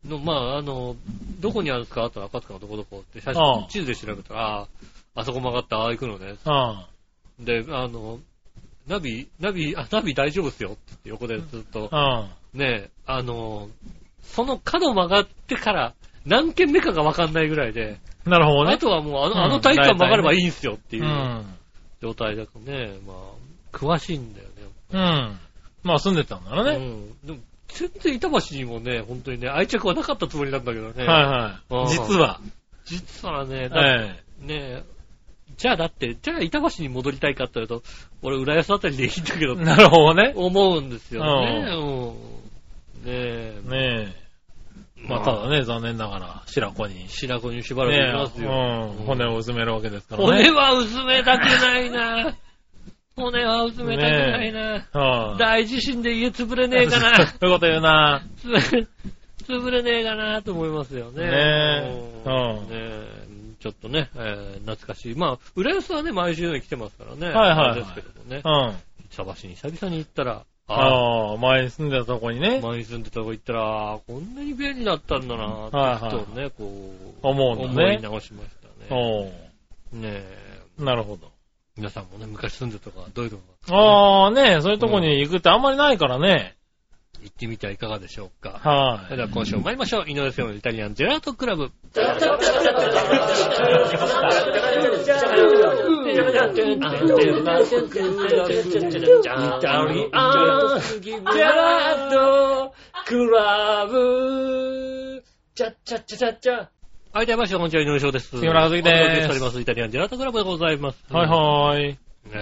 の、まあ、どこにあるんですかって赤塚のどこどこって写真、地図で調べたら、あそこ曲がって行くのね。で、ナビ大丈夫っすよって横でずっと。ね、その角曲がってから何軒目かがわかんないぐらいで。 なるほどね。 あとはもう体育館曲がればいいんすよっていう状態だとね、まあ、詳しいんだよね。 まあ住んでたんだろうね。 でも全然板橋にもね、本当にね、愛着はなかったつもりなんだけどね。 実はね、ね、じゃあ板橋に戻りたいかって言うと、俺浦安あたりでいいんだけど。 なるほどね。 思うんですよね。 まあただね、残念ながら白子にしばらくいますよ。骨をうずめるわけですからね。 骨はうずめたくないな。骨はうずめたくないな。大地震で家潰れねえかな。 そういうこと言うな。 潰れねえかなと思いますよね。ちょっとね、懐かしい。まあ、浦安はね、毎週のように来てますからね。ですけどもね。板橋に久々に行ったら、 前に住んでたとこにね。 前に住んでたとこ行ったら、こんなに便利だったんだなって人をね、こう、 思い直しましたね。ねえ。 なるほど。 皆さんもね、昔住んでたとか、どういうとこねそういうとこに行くってあんまりないからね。 行ってみてはいかがでしょうか。 はい。 それでは今週も参りましょう。井上さんのイタリアンジェラートクラブ。はい、出ました。こんにちは、井上翔です。 杉村和樹です。 お届けしております。イタリアンジェラートクラブでございます。 はいはい。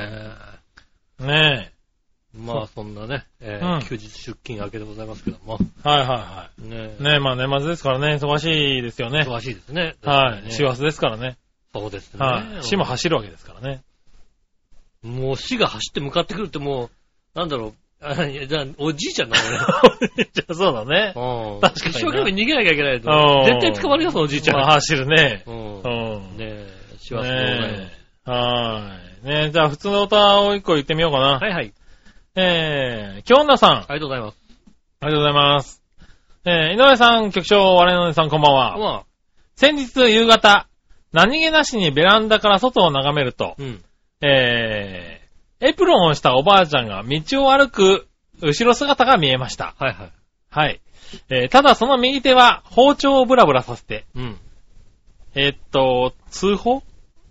ねえ。 まあ、そんなね、休日出勤明けでございますけども。 ねえ、まあ年末ですからね、忙しいですよね。 忙しいですね。 師走ですからね。 そうですね。 市も走るわけですからね。 もう市が走って向かってくるってもう、なんだろう、じゃあ、おじいちゃんな俺。じゃあそうだね。 確かに。一生懸命逃げなきゃいけないと。絶対捕まるよ、そのおじいちゃん。 走るね。 ねえ、師走でございます。 ねえ、じゃあ普通の歌を一個言ってみようかな。 はいはい。 京女さん。 ありがとうございます。 ありがとうございます。井上さん、局長、我々のさん、こんばんは。先日夕方、何気なしにベランダから外を眺めると、エプロンをしたおばあちゃんが道を歩く後ろ姿が見えました。はい。ただその右手は包丁をブラブラさせて、通報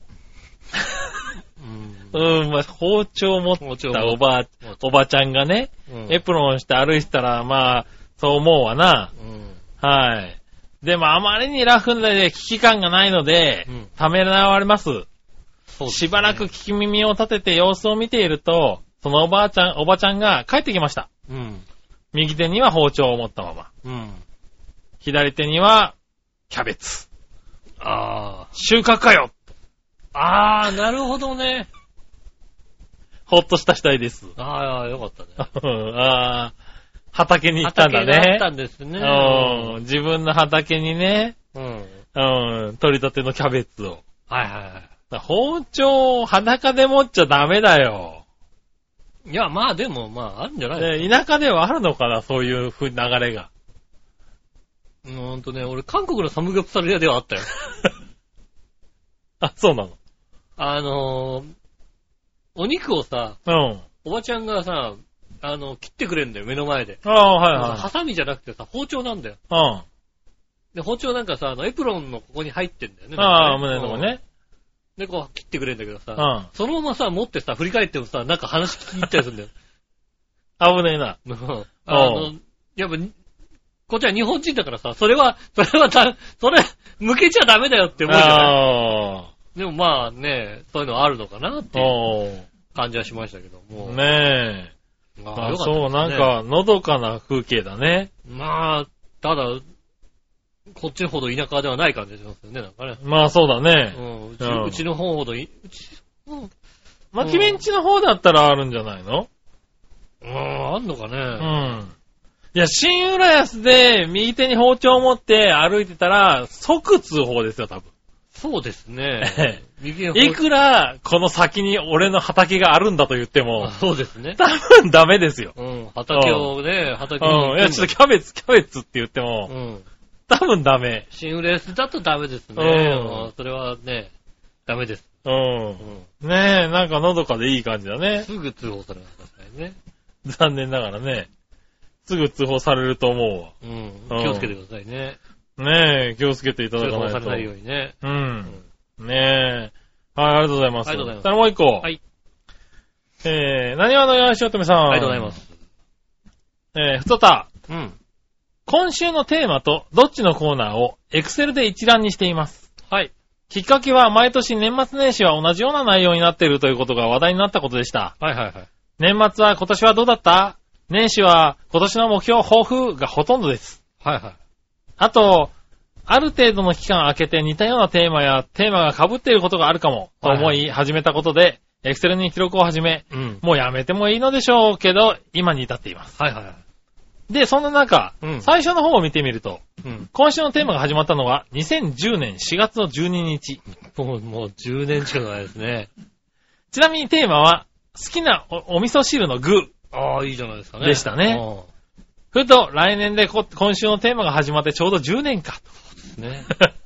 まあ、包丁を持ったおばちゃんがね、エプロンして歩いてたら、まあ、そう思うわな。はい。でもあまりにラフで危機感がないので、ためらわれます。しばらく聞き耳を立てて様子を見ていると、そのおばちゃんが帰ってきました。右手には包丁を持ったまま。左手には、キャベツ。収穫かよ。 なるほどね。 ほっとした次第です。 よかったね。 畑に行ったんだね。 畑に行ったんですね。 自分の畑にね。取り立てのキャベツを。包丁を裸で持っちゃダメだよ。 いや、まあでも、まあ、あるんじゃないですか。田舎ではあるのかな、そういう流れが。 俺、韓国のサムギョプサル屋ではあったよ。 そうなの。お肉をさ、おばちゃんがさ、切ってくれんだよ、目の前で。ハサミじゃなくてさ、包丁なんだよ。で、包丁なんかさ、エプロンのここに入ってんだよね。 胸のとこね。 で、こう、切ってくれんだけどさ、そのままさ、持ってさ、振り返ってもさ、なんか話聞きに行ったりするんだよ。 危ねえな。 やっぱ、こっちは日本人だからさ、それ、向けちゃダメだよって思うじゃない。でもまあね、そういうのあるのかなっていう感じはしましたけども。 ねえ。そう、なんか、のどかな風景だね。 まあ、ただ、こっちほど田舎ではない感じがしますよね、なんかね。 まあそうだね。 うちの方ほど、 まあ、君んちの方だったらあるんじゃないの？ あんのかね。 いや、新浦安で右手に包丁を持って歩いてたら、即通報ですよ、多分。 そうですね。 いくら、この先に俺の畑があるんだと言っても、 そうですね。 多分ダメですよ。 うん、畑をね、畑に。 いや、ちょっとキャベツって言っても、多分ダメ。 新浦安だとダメですね。それはね、ダメです。 ねえ、なんかのどかでいい感じだね。 すぐ通報されますからね。 残念ながらね。すぐ通報されると思うわ。 気をつけてくださいね。 ねえ、気をつけていただかないと。 通報されないようにね。 ねえ。はい、ありがとうございます。 ありがとうございます。 ただもう一個。 はい。 何話のよしおとめさん。 ありがとうございます。 ふとた。 今週のテーマとどっちのコーナーをエクセルで一覧にしています。 はい。 きっかけは毎年年末年始は同じような内容になっているということが話題になったことでした。 はいはいはい。 年末は今年はどうだった？年始は今年の目標抱負がほとんどです。 はいはい。 あと、ある程度の期間空けて似たようなテーマが被っていることがあるかもと思い始めたことで、エクセルに記録を始め、もうやめてもいいのでしょうけど、今に至っています。 はいはい。 で、そんな中、最初の方を見てみると、今週のテーマが始まったのは2010年4月の12日。 もう10年近く前ですね。 ちなみにテーマは、好きな お味噌汁の具。 ああ、いいじゃないですかね。 でしたね。ふと、来年で今週のテーマが始まってちょうど10年か。 そうですね。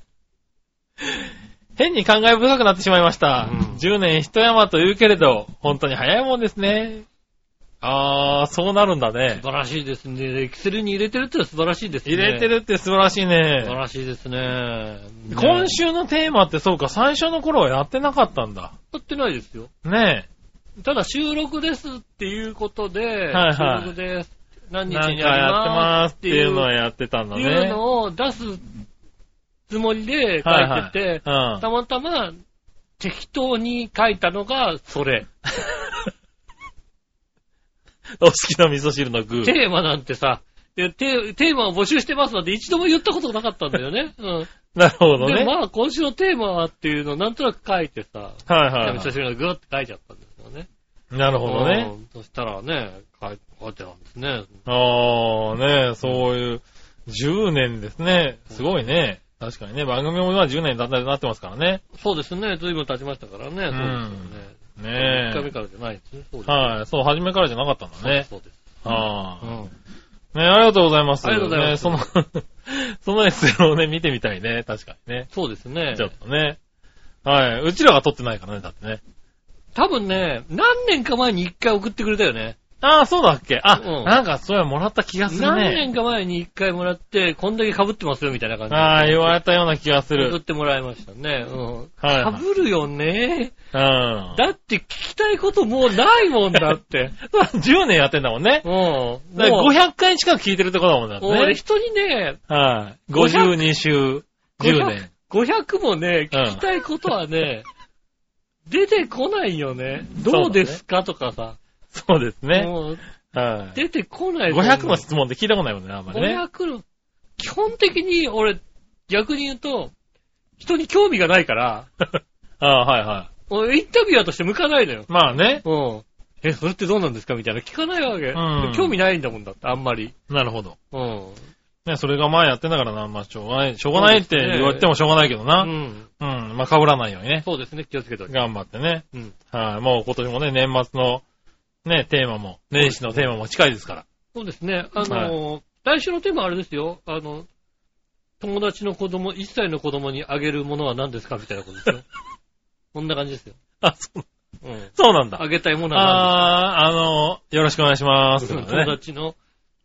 変に感慨深くなってしまいました。10年一山と言うけれど、本当に早いもんですね。そうなるんだね。 素晴らしいですね。エクセルに入れてるって素晴らしいですね。 入れてるって素晴らしいね。 素晴らしいですね。 今週のテーマってそうか、最初の頃はやってなかったんだ。 やってないですよ。 ねえ。ただ収録ですっていうことで、収録です。何日にやりますっていうのはやってたんだね。 いうのを出すつもりで書いてて、たまたま適当に書いたのがそれ。 お好きな味噌汁の具。 テーマなんてさ、テーマを募集してますなんて一度も言ったことなかったんだよね。 なるほどね。 で、まあ今週のテーマはっていうのをなんとなく書いてさ、味噌汁の具って書いちゃったんですよね。 なるほどね。 そしたらね、書いてあるんですね。 ねそういう、10年ですね。すごいね。確かにね、番組も今10年だんだんなってますからね。 そうですね、随分経ちましたからね。そうですよね。 ねえ。 1回目からじゃないですね。 そう、初めからじゃなかったんだね。 そうです。 ねありがとうございます。 ありがとうございます。 そのエクセルをね、見てみたいね。確かにね。 そうですね。 ちょっとね。うちらが撮ってないからね、だってね。 多分ね、何年か前に1回送ってくれたよね。 そうだっけ？なんかそういうのもらった気がするね。 何年か前に1回もらって、こんだけ被ってますよ、みたいな感じで。 言われたような気がする。 送ってもらいましたね。被るよね。だって聞きたいこともうないもんだって。 10年やってんだもんね。500回近く聞いてるってことだもんだってね。 俺人にね、 52週、10年。 500もね、聞きたいことはね、出てこないよね。どうですかとかさ。 そうですね。 出てこない。 500の質問って聞いたことないもんね、あんまりね。 500の、基本的に俺、逆に言うと、人に興味がないから、俺インタビュアーとして向かないのよ。 まあね。 それってどうなんですかみたいな聞かないわけ。興味ないんだもんだって、あんまり。 なるほど。ね、それが前やってんだからな、まあしょうがない。しょうがないって言われてもしょうがないけどな。まあ被らないようにね。 そうですね、気をつけておいて。 頑張ってね。もう今年もね、年末の、ね、テーマも、年始のテーマも近いですから。 そうですね。来週のテーマはあれですよ。友達の子供、1歳の子供にあげるものは何ですかみたいなことですよ。こんな感じですよ。 そうなんだ。 あげたいものは何ですかよろしくお願いします。 友達の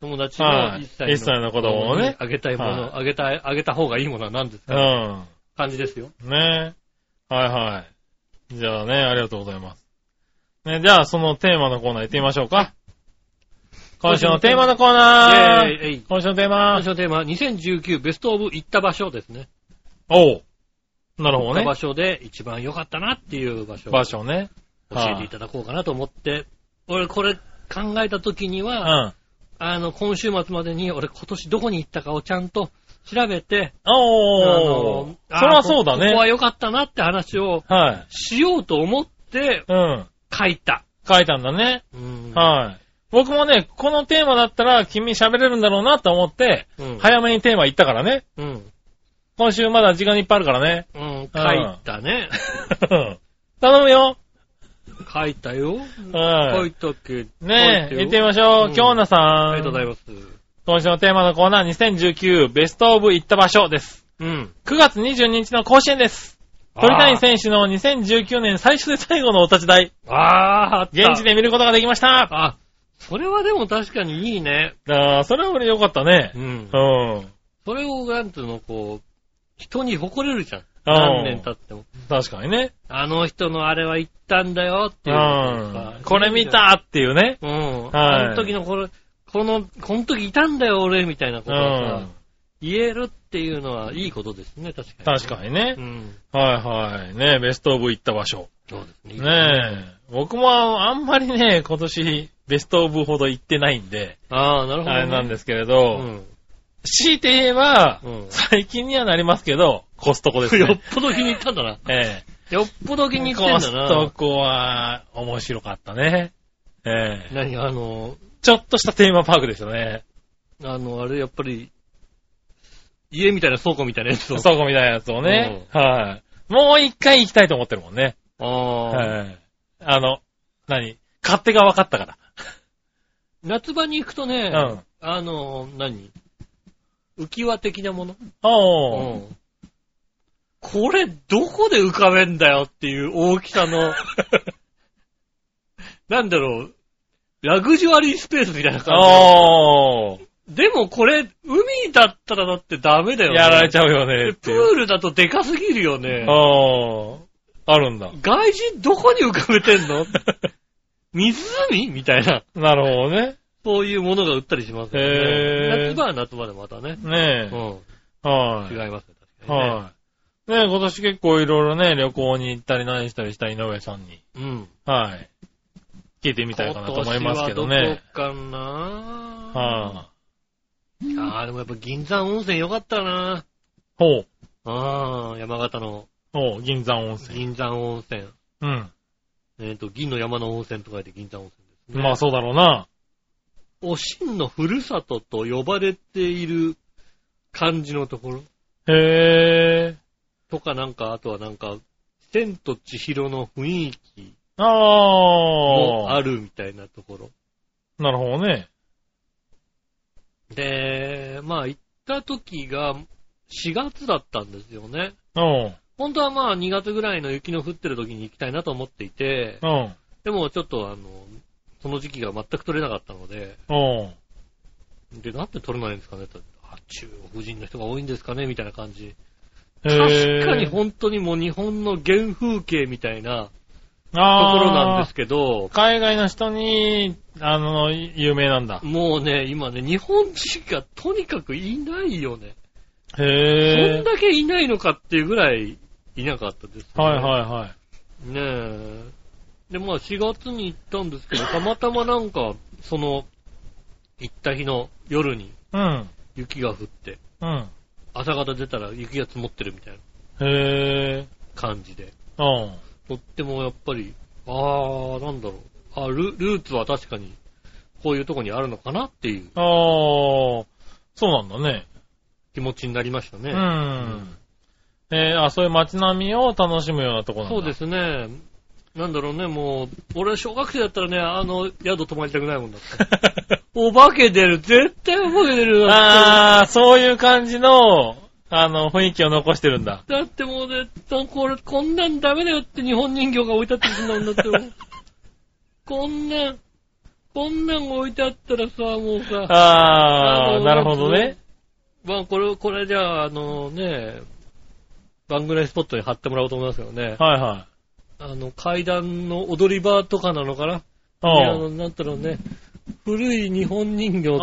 1歳の子供をね、あげたいもの、あげた方がいいものは何ですか感じですよ。 ねじゃあね、ありがとうございます。ね、じゃあ、そのテーマのコーナー行ってみましょうか。今週のテーマのコーナー。今週のテーマ、 2019ベストオブ行った場所ですね。 なるほどね。 行った場所で一番良かったなっていう場所ね。 教えていただこうかなと思って、俺これ考えた時には、今週末までに俺今年どこに行ったかをちゃんと調べて、 そりゃそうだね。 ここは良かったなって話をしようと思って、書いた。 書いたんだね。 僕もね、このテーマだったら君喋れるんだろうなと思って、早めにテーマ言ったからね。今週まだ時間いっぱいあるからね。 書いたね。 頼むよ。 書いたよ。書いたっけ。 ねえ、行ってみましょう。京奈さん。 ありがとうございます。 今週のテーマのコーナー2019ベストオブ行った場所です。9月22日の甲子園です。鳥谷選手の2019年最初で最後のお立ち台。現地で見ることができました。 それはでも確かにいいね。 それは俺良かったね。 それを、なんていうの、こう、人に誇れるじゃん。何年経っても。 確かにね。 あの人のあれは行ったんだよっていう。 これ見たっていうね。 あの時のこの時いたんだよ俺みたいなことをさ、言えるっていうのはいいことですね、確かに。 確かにね。ねベストオブ行った場所。 そうですね。 ね僕もあんまりね、今年ベストオブほど行ってないんで。 なるほど。 あれなんですけれど、強いて言えば、最近にはなりますけど、コストコですね。 よっぽど気に入ったんだな。よっぽど気に入ってんだな。 コストコは面白かったね。 何ちょっとしたテーマパークでしたね。 あれやっぱり、家みたいな倉庫みたいなやつを。 倉庫みたいなやつをね。もう一回行きたいと思ってるもんね。勝手が分かったから。 夏場に行くとね、浮き輪的なもの。これどこで浮かべんだよっていう大きさの、なんだろう、ラグジュアリースペースみたいな感じ。でもこれ、海だったらだってダメだよね。 やられちゃうよね。 プールだとでかすぎるよね。 あるんだ。 外人どこに浮かべてんの湖みたいな。 なるほどね。 そういうものが売ったりしますよね。夏場は夏場でまたね。 ねえ。 違いますね、確かにね。 ねえ、今年結構いろいろね、旅行に行ったり何したりした井上さんに。聞いてみたいかなと思いますけどね。 どこかなでもやっぱ銀山温泉よかったな。山形の。 銀山温泉。 銀山温泉。銀の山の温泉と書いて銀山温泉ですね。 まあそうだろうな。 おしんのふるさとと呼ばれている感じのところ。とかあとは千と千尋の雰囲気もあるみたいなところ。 なるほどね。 で、行った時が4月だったんですよね。本当は2月ぐらいの雪の降ってる時に行きたいなと思っていて、でもちょっとその時期が全く取れなかったので、で、なんで取れないんですかねって、中国人の人が多いんですかねみたいな感じ。確かに本当にもう日本の原風景みたいなところなんですけど、 海外の人に、有名なんだ。 もうね、今ね、日本人がとにかくいないよね。そんだけいないのかっていうぐらいいなかったですね。 ねえ。で、4月に行ったんですけど、たまたまその、行った日の夜に、雪が降って、朝方出たら雪が積もってるみたいな感じで。とってもやっぱり、なんだろう。ルーツは確かに、こういうとこにあるのかなっていう。 そうなんだね。 気持ちになりましたね。 そういう街並みを楽しむようなとこなんだ。 そうですね。なんだろうね、もう、俺小学生だったらね、宿泊まりたくないもんだった。お化け出る、絶対お化け出るだって。そういう感じの、雰囲気を残してるんだ。 だってもうね、こんなんダメだよって日本人形が置いてあってるんだって。こんなん置いてあったらさ、もうさ。 なるほどね。 これじゃあ、番組スポットに貼ってもらおうと思いますけどね。階段の踊り場とかなのかな。なんだろうね。古い日本人形とね、なんだ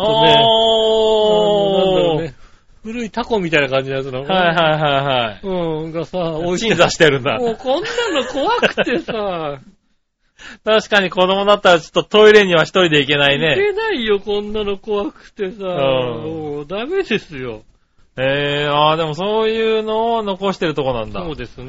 ろうね。古いタコみたいな感じのやつなの。がさ、 鎮座してるんだ。 もうこんなの怖くてさ。 確かに子供だったらちょっとトイレには一人で行けないね。 行けないよ、こんなの怖くてさ。もうダメですよ。 でもそういうのを残してるとこなんだ。 そうですね。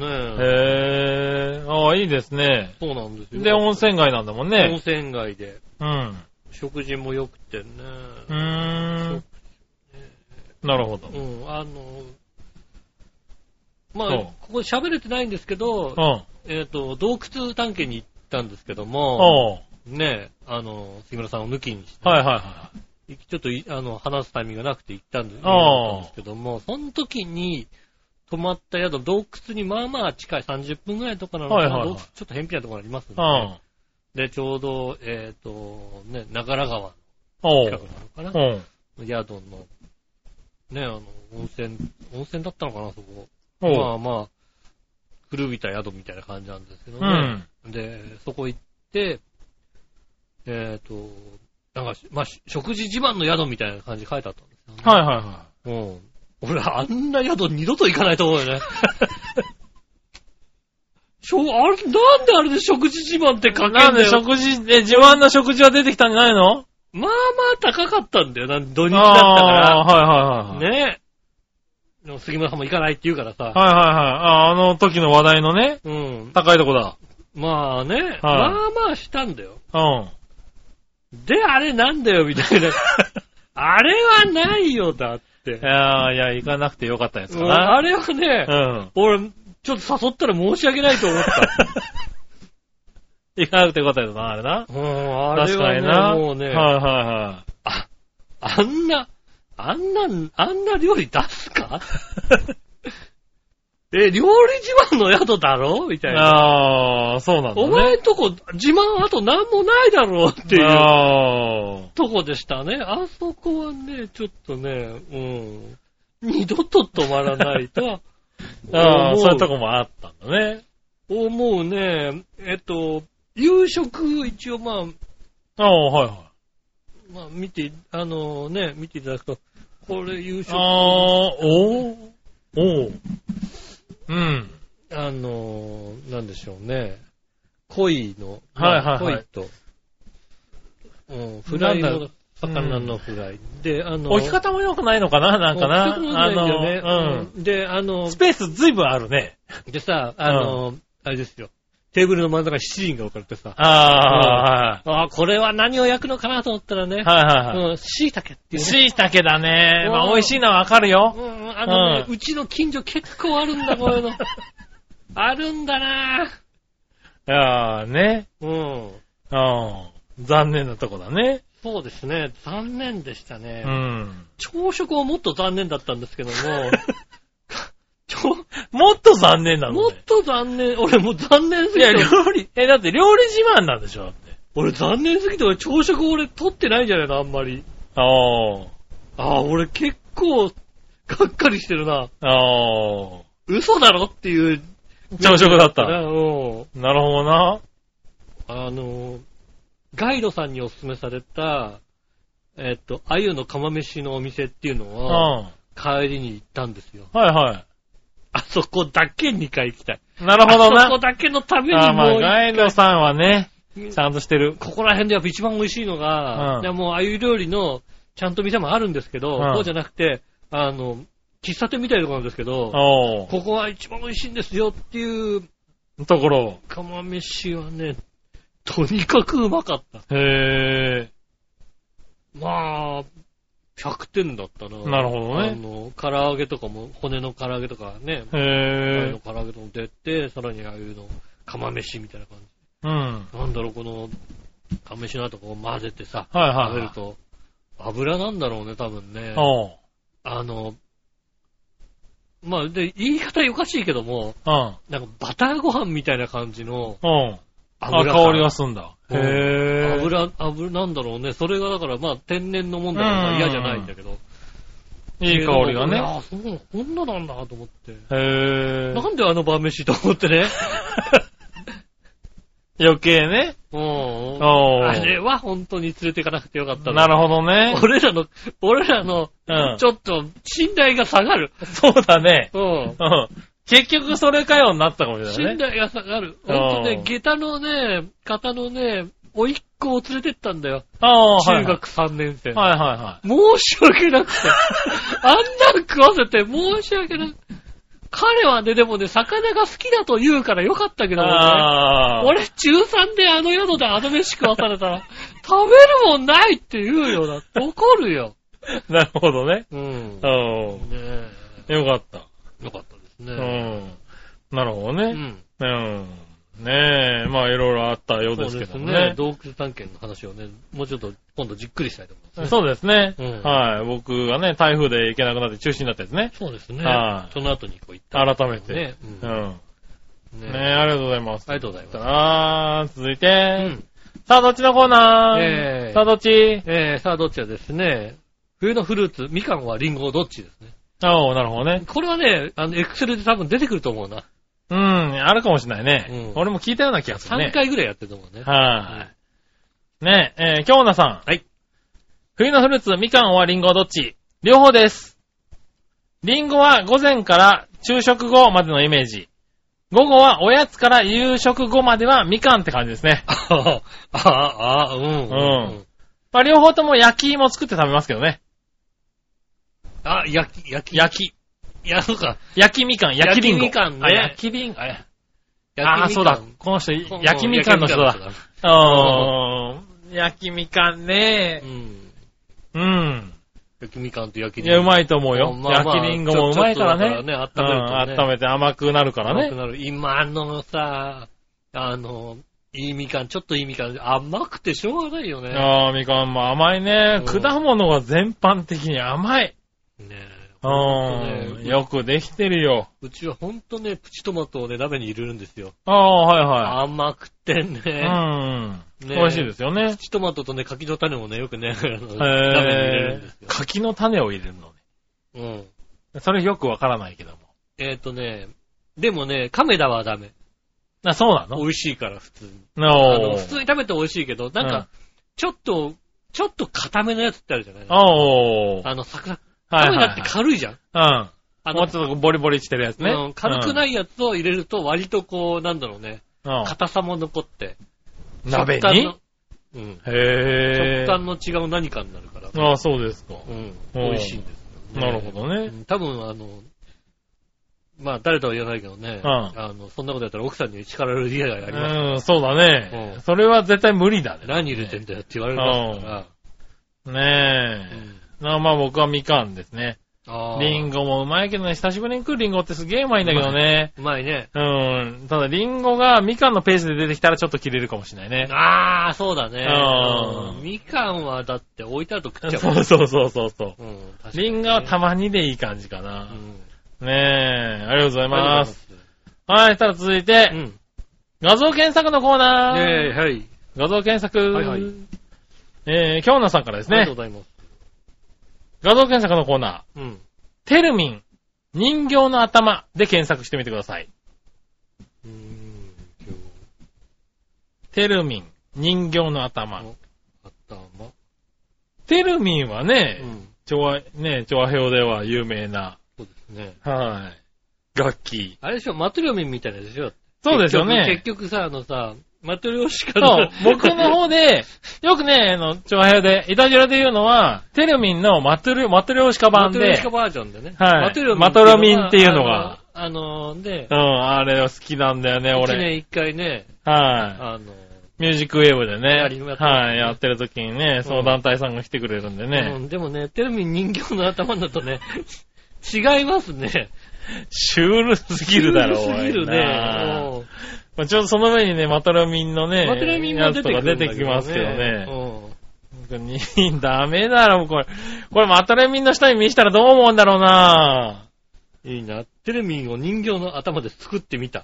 いいですね。 そうなんですよ。 で、温泉街なんだもんね。 温泉街で。 食事も良くてね。 なるほど。 まあ、ここ喋れてないんですけど、洞窟探検に行ったんですけども、ね、杉村さんを抜きにして、 はいはいはい。 ちょっと話すタイミングがなくて行ったんですけども、その時に泊まった宿、洞窟にまあまあ近い30分ぐらいのところなのかな、ちょっと偏僻なところありますので、で、ちょうど、ね、長良川の近くなのかな、宿の、ね、温泉だったのかな、そこ。まあまあ、古びた宿みたいな感じなんですけどね。で、そこ行って、なんか、まあ、食事自慢の宿みたいな感じで書いてあったんですよね。 はいはいはい。 俺、あんな宿二度と行かないと思うよね。なんであれで食事自慢って書けんだよ。 なんで自慢の食事は出てきたんじゃないの？ まあまあ高かったんだよ。土日だったから。 はいはいはい。 ねえ。杉村さんも行かないって言うからさ。 はいはいはい。あの時の話題のね。高いとこだ。 まあね。まあまあしたんだよ。で、あれなんだよ、みたいな。あれはないよ、だって。いや、行かなくてよかったやつかな。 あれはね、俺、ちょっと誘ったら申し訳ないと思った。 行かなくてよかったやつな、あれな。 あれはね、なもうね。 はいはいはい。 あんな料理出すか料理自慢の宿だろみたいな。 そうなんだね。 お前んとこ自慢あとなんもないだろっていうとこでしたね。あそこはね、ちょっとね、二度と泊まらないと。 そういうとこもあったんだね。 思うね。夕食一応まあ。 はいはい。 まあ見ていただくと、これ夕食。なんでしょうね。鯉の、鯉と、フライの、魚のフライ。で、 置き方も良くないのかななんかな。 置き方もないんだよね。で、 スペースずいぶんあるね。 でさ、あれですよ。テーブルの真ん中に七輪が置かれてさ。これは何を焼くのかなと思ったらね。椎茸っていうね。 椎茸だね。まあ美味しいのはわかるよ。 うちの近所結構あるんだ、こういうの。あるんだなね。残念なとこだね。 そうですね。残念でしたね。朝食はもっと残念だったんですけども。 もっと残念なのね。 もっと残念。俺もう残念すぎて。 いや、だって料理自慢なんでしょだって。 俺残念すぎて、朝食俺取ってないんじゃないのあんまり。俺結構、がっかりしてるな。嘘だろっていう。 朝食だった。なるほどな。 ガイドさんにお勧めされた、鮎の釜飯のお店っていうのを、帰りに行ったんですよ。はいはい。あそこだけ2回行きたい。 なるほどな。 あそこだけのためにもうガイドさんはね、ちゃんとしてる。 ここら辺でやっぱ一番美味しいのが、もう鮎料理のちゃんと店もあるんですけど、そうじゃなくて、喫茶店みたいなとこなんですけど、ここは一番美味しいんですよっていうところ。 釜飯はね、とにかくうまかった。まあ、100点だったな。 なるほどね。 唐揚げとかも、骨の唐揚げとかね。骨の唐揚げとかも出て、さらにああいうの、釜飯みたいな感じ。なんだろう、この、釜飯の後こう混ぜてさ、食べると、油なんだろうね、多分ね。まあ、で、言い方おかしいけども、なんかバターご飯みたいな感じの、 香りがすんだ。 油なんだろうね。それがだからまあ天然のもんだから嫌じゃないんだけど。 いい香りがね。 こんななんだと思って。なんであの晩飯と思ってね。 余計ね。 あれは本当に連れていかなくてよかったなるほどね。 俺らの、ちょっと信頼が下がる。 そうだね。結局それかよになったかもしれないね。 信頼が下がる。ほんとね、下駄のね、方のね、おいっ子を連れてったんだよ。中学3年生。申し訳なくて。あんなの食わせて申し訳なくて。 彼はね、でもね、魚が好きだと言うからよかったけどね。俺、中3であの宿であの飯食わされたら、食べるもんないって言うよな。怒るよ。 なるほどね。 うん。 ねえ。よかった。 よかったですね。 なるほどね。ねえ、まあいろいろあったようですけどね。そうですね。 洞窟探検の話をね、もうちょっと今度じっくりしたいと思います、ね。 そうですね。はい。僕がね、台風で行けなくなって中止になったやつね。 そうですね。はい。その後にこう行った、 改めて。ね。ねえ、ありがとうございます。 ありがとうございます。 続いて、さあどっちのコーナーさあどっちさあどっちはですね、冬のフルーツ、みかんはリンゴどっちですね。 なるほどね。 これはね、エクセルで多分出てくると思うな。 あるかもしれないね。俺も聞いたような気がするね。 3回ぐらいやってると思うね。 はい。ねえ、京奈さん。 はい。 冬のフルーツ、みかんはリンゴどっち？両方です。リンゴは午前から昼食後までのイメージ。午後はおやつから夕食後まではみかんって感じですね。まあ両方とも焼き芋作って食べますけどね。 焼き。いや、そうか。 焼きみかん、焼きりんご。 焼きみかんね。 焼きりんご。そうだ。この人、焼きみかんの人だ。焼きみかんね。 焼きみかんと焼きりんご。 いや、うまいと思うよ。焼きりんごもうまいからね。 温めて甘くなるからね。 甘くなる。今のさ、いいみかん、ちょっといいみかん、甘くてしょうがないよね。 みかんも甘いね。果物が全般的に甘い。 ねよくできてるよ。 うちはほんとね、プチトマトをね、鍋に入れるんですよ。 はいはい。 甘くてね。 美味しいですよね。 プチトマトとね、柿の種もね、よくね、鍋に入れるんですよ。 柿の種を入れるのね。それよくわからないけども。 でもね、亀田はダメ。 そうなの？ 美味しいから、普通に。普通に食べて美味しいけど、なんか、ちょっと固めのやつってあるじゃない？亀田って軽いじゃん。 もうちょっとボリボリしてるやつね。 軽くないやつを入れると割とこう、なんだろうね。硬さも残って。 鍋に？ 食感の違う何かになるから。 そうですか。 美味しいんですよ。 なるほどね。 多分まあ誰とは言わないけどね。そんなことやったら奥さんに叱られる理由があります。 そうだね。それは絶対無理だね。 何入れてんだよって言われますから。 ねえ。まあ僕はみかんですね。リンゴもうまいけどね、久しぶりに食うリンゴってすげえうまいんだけどね。 うまいね。 ただリンゴがみかんのペースで出てきたらちょっと切れるかもしれないね。 そうだね。みかんはだって置いてあると食っちゃう。 そう。リンゴはたまにでいい感じかな。ねえ、ありがとうございます。はい、ただ続いて、画像検索のコーナー。 はい。 画像検索。 はい。 京奈さんからですね。 ありがとうございます。 画像検索のコーナー。テルミン、人形の頭で検索してみてください。テルミン、人形の頭。テルミンはね、調和表では有名な。 そうですね。 はい。楽器。 あれでしょ、マトリョミンみたいなやつでしょ。 そうですよね。 結局さ、マトリョーシカの。そう、僕の方で、よくね、調和表で、イタジラで言うのは、テルミンのマトリョーシカ版で。 マトリョーシカバージョンでね。 はい。マトリョミンっていうのが。あれは好きなんだよね、俺。 1年1回ね。 はい。ミュージックウェーブでね。はい、やってる時にね、その団体さんが来てくれるんでね。 でもね、テルミン人形の頭だとね、違いますね。 シュールすぎるだろ、 シュールすぎるね。 ちょっとその上にね、マトロミンのね、やつとか出てきますけどね。ダメだろ、これマトロミンの下に見したらどう思うんだろうな。 いいな。テルミンを人形の頭で作ってみた。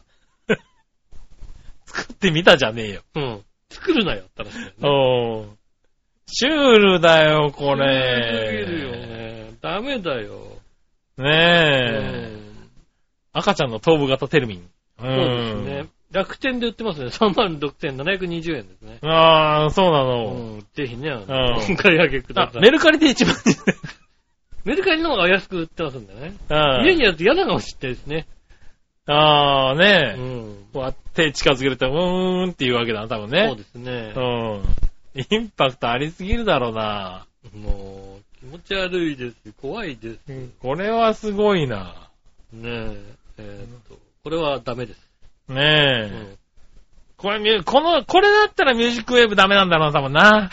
作ってみたじゃねえよ。 作るなよ、ったらしい、 シュールだよ、これ。 シュールすぎるよね。ダメだよ。 ねえ。赤ちゃんの頭部型テルミン。 そうですね。楽天で売ってますね。36,720円ですね。 そうなの。 ぜひね、お買い上げください。 メルカリで一番メルカリの方が安く売ってますんだね。家にあると嫌なかもしれないですね。 ねえ。こうやって近づけると、っていうわけだな、多分ね。 そうですね。 インパクトありすぎるだろうな。 もう、気持ち悪いです。怖いです。 これはすごいな。 ねこれはダメです。 ねえ。これだったらミュージックウェーブダメなんだろうな、多分な。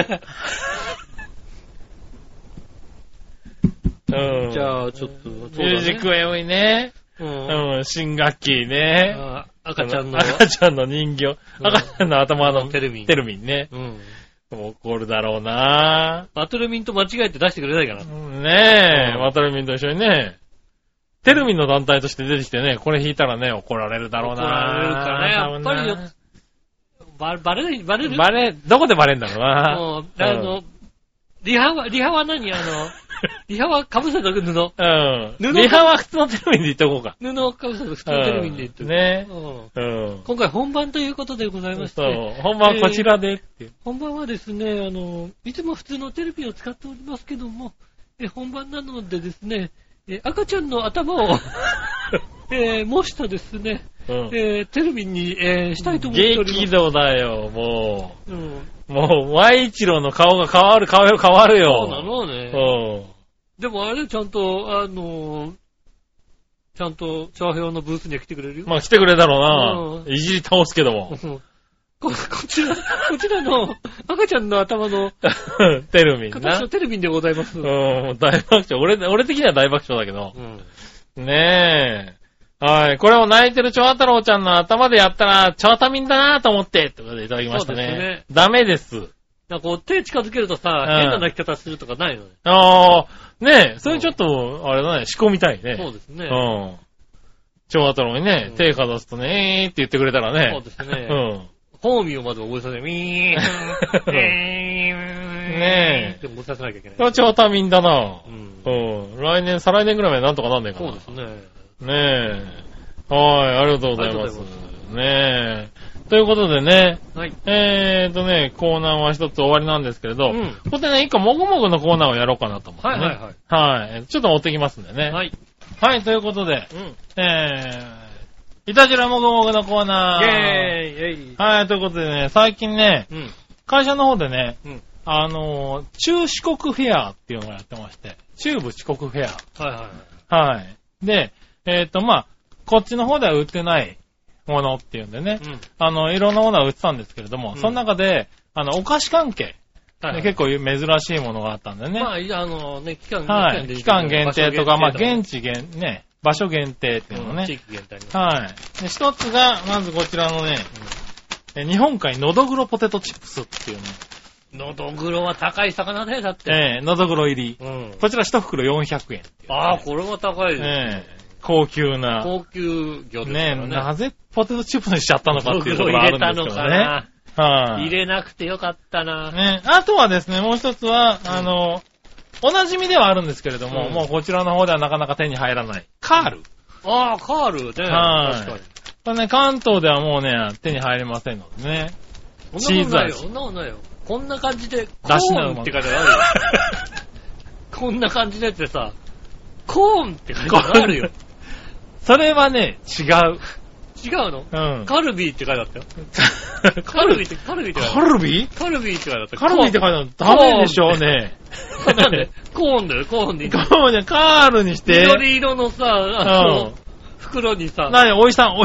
じゃあ、ちょっと、 ミュージックウェーブにね。新学期ね。 赤ちゃんの人形。赤ちゃんの頭のテルミンね。怒るだろうな。 バトルミンと間違えて出してくれないかな。 ねえ、バトルミンと一緒にね。テルミンの団体として出てきてね、これ弾いたらね、怒られるだろうな。 怒られるからね、やっぱりよ。バレるどこでバレるんだろうな。 リハは何リハは被せとく布。 リハは普通のテルミンで言っとこうか。 布を被せとく普通のテルミンで言っとく。 ね。 今回本番ということでございまして。 そう。本番はこちらでって。 本番はですね、いつも普通のテレビを使っておりますけども、本番なのでですね、赤ちゃんの頭を、模したですね、テルミンに、したいと思っております。 激怒だよ、もう。もう、ワイチローの顔が変わるよ。 そうなのね。でもあれ、ちゃんと、チャーヘオのブースには来てくれるよ。 まあ来てくれたろうな。いじり倒すけども。 こちらの赤ちゃんの頭のテルミンな。 形のテルミンでございます。 大爆笑。俺的には大爆笑だけど。ねえ。はい。これを泣いてるチョア太郎ちゃんの頭でやったら、チョアタミンだなと思って、とかでいただきましたね。そうですね。ダメです。 なんかこう手近づけるとさ、変な泣き方するとかないのね。 ねえ。それちょっと、あれだね、仕込みたいね。 そうですね。 チョア太郎にね、手かざすとねって言ってくれたらね。 そうですね。ホーミーをまず覚えさせて、ミーン、 ねえ。 でも覚えさせなきゃいけない。 これはチョアタミンだな。再来年ぐらいまでなんとかなんねえかな。 そうですね。 ねえ。はい、ありがとうございます。ねえ。ということでね。はい。コーナーは一つ終わりなんですけれど、ここでね、一個もぐもぐのコーナーをやろうかなと思ってね。はい。ちょっと持ってきますんでね。はい。はい、ということで、いたじらもぐもぐのコーナー。イェーイ。はい、ということでね、最近ね、会社の方でね、中四国フェアっていうのをやってまして、中部四国フェア。はい。で、こっちの方では売ってないものっていうんでね、いろんなものは売ってたんですけれども、その中で、お菓子関係、結構珍しいものがあったんでね。期間限定とか、現地場所限定っていうのね。地域限定。はい。で、一つが、まずこちらのね、日本海のどぐろポテトチップスっていうね。 のどぐろは高い魚ね、だって。 のどぐろ入り。こちら一袋400円。 これは高いですね。 高級な。 高級魚ですね。 なぜポテトチップスにしちゃったのかっていうところがあるんですけどね。 入れなくてよかったな。 あとはですね、もう一つは、おなじみではあるんですけれども、もうこちらの方ではなかなか手に入らない。カール。 カールね。確かに。 これね、関東ではもうね、手に入りませんのでね。チーズ味。 そんなことないよ。こんな感じで、コーンって書いてあるよ。こんな感じのやつでさ、コーンって書いてあるよ。 それはね、違う。 違うの？カルビーって書いてあったよ。カルビーって書いてあった。 カルビー？ カルビーって書いてあった。 カルビーって書いてあった。ダメでしょうね。 なんで？コーンだよ、コーンで。 コーンでカールにして。 緑色のさ、袋にさ。 おじさん。 お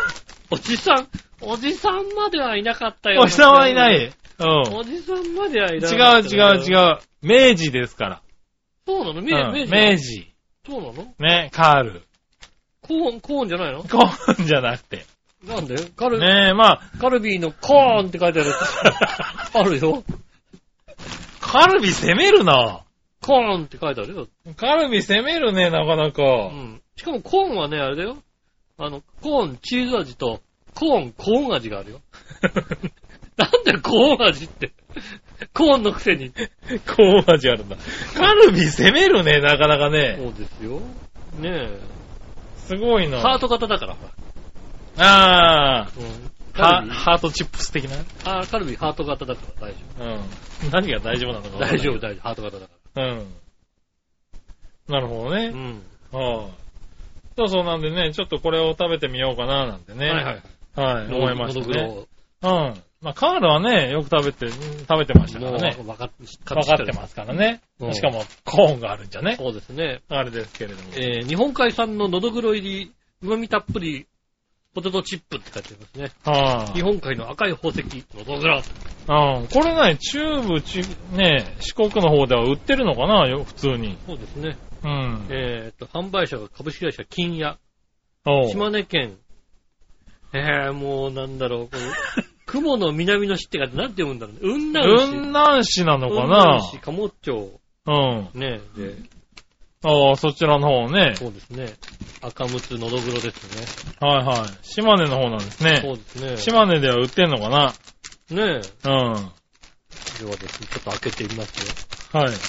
じさんまではいなかったよ。 おじさんはいない。 おじさんまではいなかった。 違う。明治ですから。 そうなの？ 明治。 そうなの？ ね、カール。 コーンじゃないの？ コーンじゃなくて。 なんで？カルビーのコーンって書いてあるやつ。あるよ。 カルビ攻めるな。 コーンって書いてあるよ。 カルビ攻めるね、なかなか。 しかもコーンはね、あれだよ。コーンチーズ味と、コーン味があるよ。なんでコーン味って。コーンのくせに。 コーン味あるんだ。カルビ攻めるね、なかなかね。 そうですよ。ねえ。 すごいな。 ハート型だからさ。ハートチップス的な。 カルビハート型だから大丈夫。何が大丈夫なのか大丈夫。ハート型だから。 なるほどね。そうなんでね、ちょっとこれを食べてみようかななんてね。はい。思いましたね。カールはね、よく食べてましたからね。分かってますからね。しかも、コーンがあるんじゃね。 そうですね。 あれですけれども。 日本海産ののどぐろ入り旨味たっぷり、ポテトチップって書いてありますね。 は日本海の赤い宝石、のどぐろ。 これね、中部、ね、四国の方では売ってるのかなよ、普通に。 そうですね。 うん。 販売者が株式会社金屋。島根県。もうなんだろう、これ雲の南の市ってかなんて読むんだろうね。雲南市。 雲南市なのかな雲南市、鴨町。 うん。 ねで。 そちらの方ね。 そうですね。赤むつのどぐろですね。 はいはい。島根の方なんですね。 そうですね。 島根では売ってんのかなねえ。うん。ではですね、ちょっと開けてみますよ。 はい。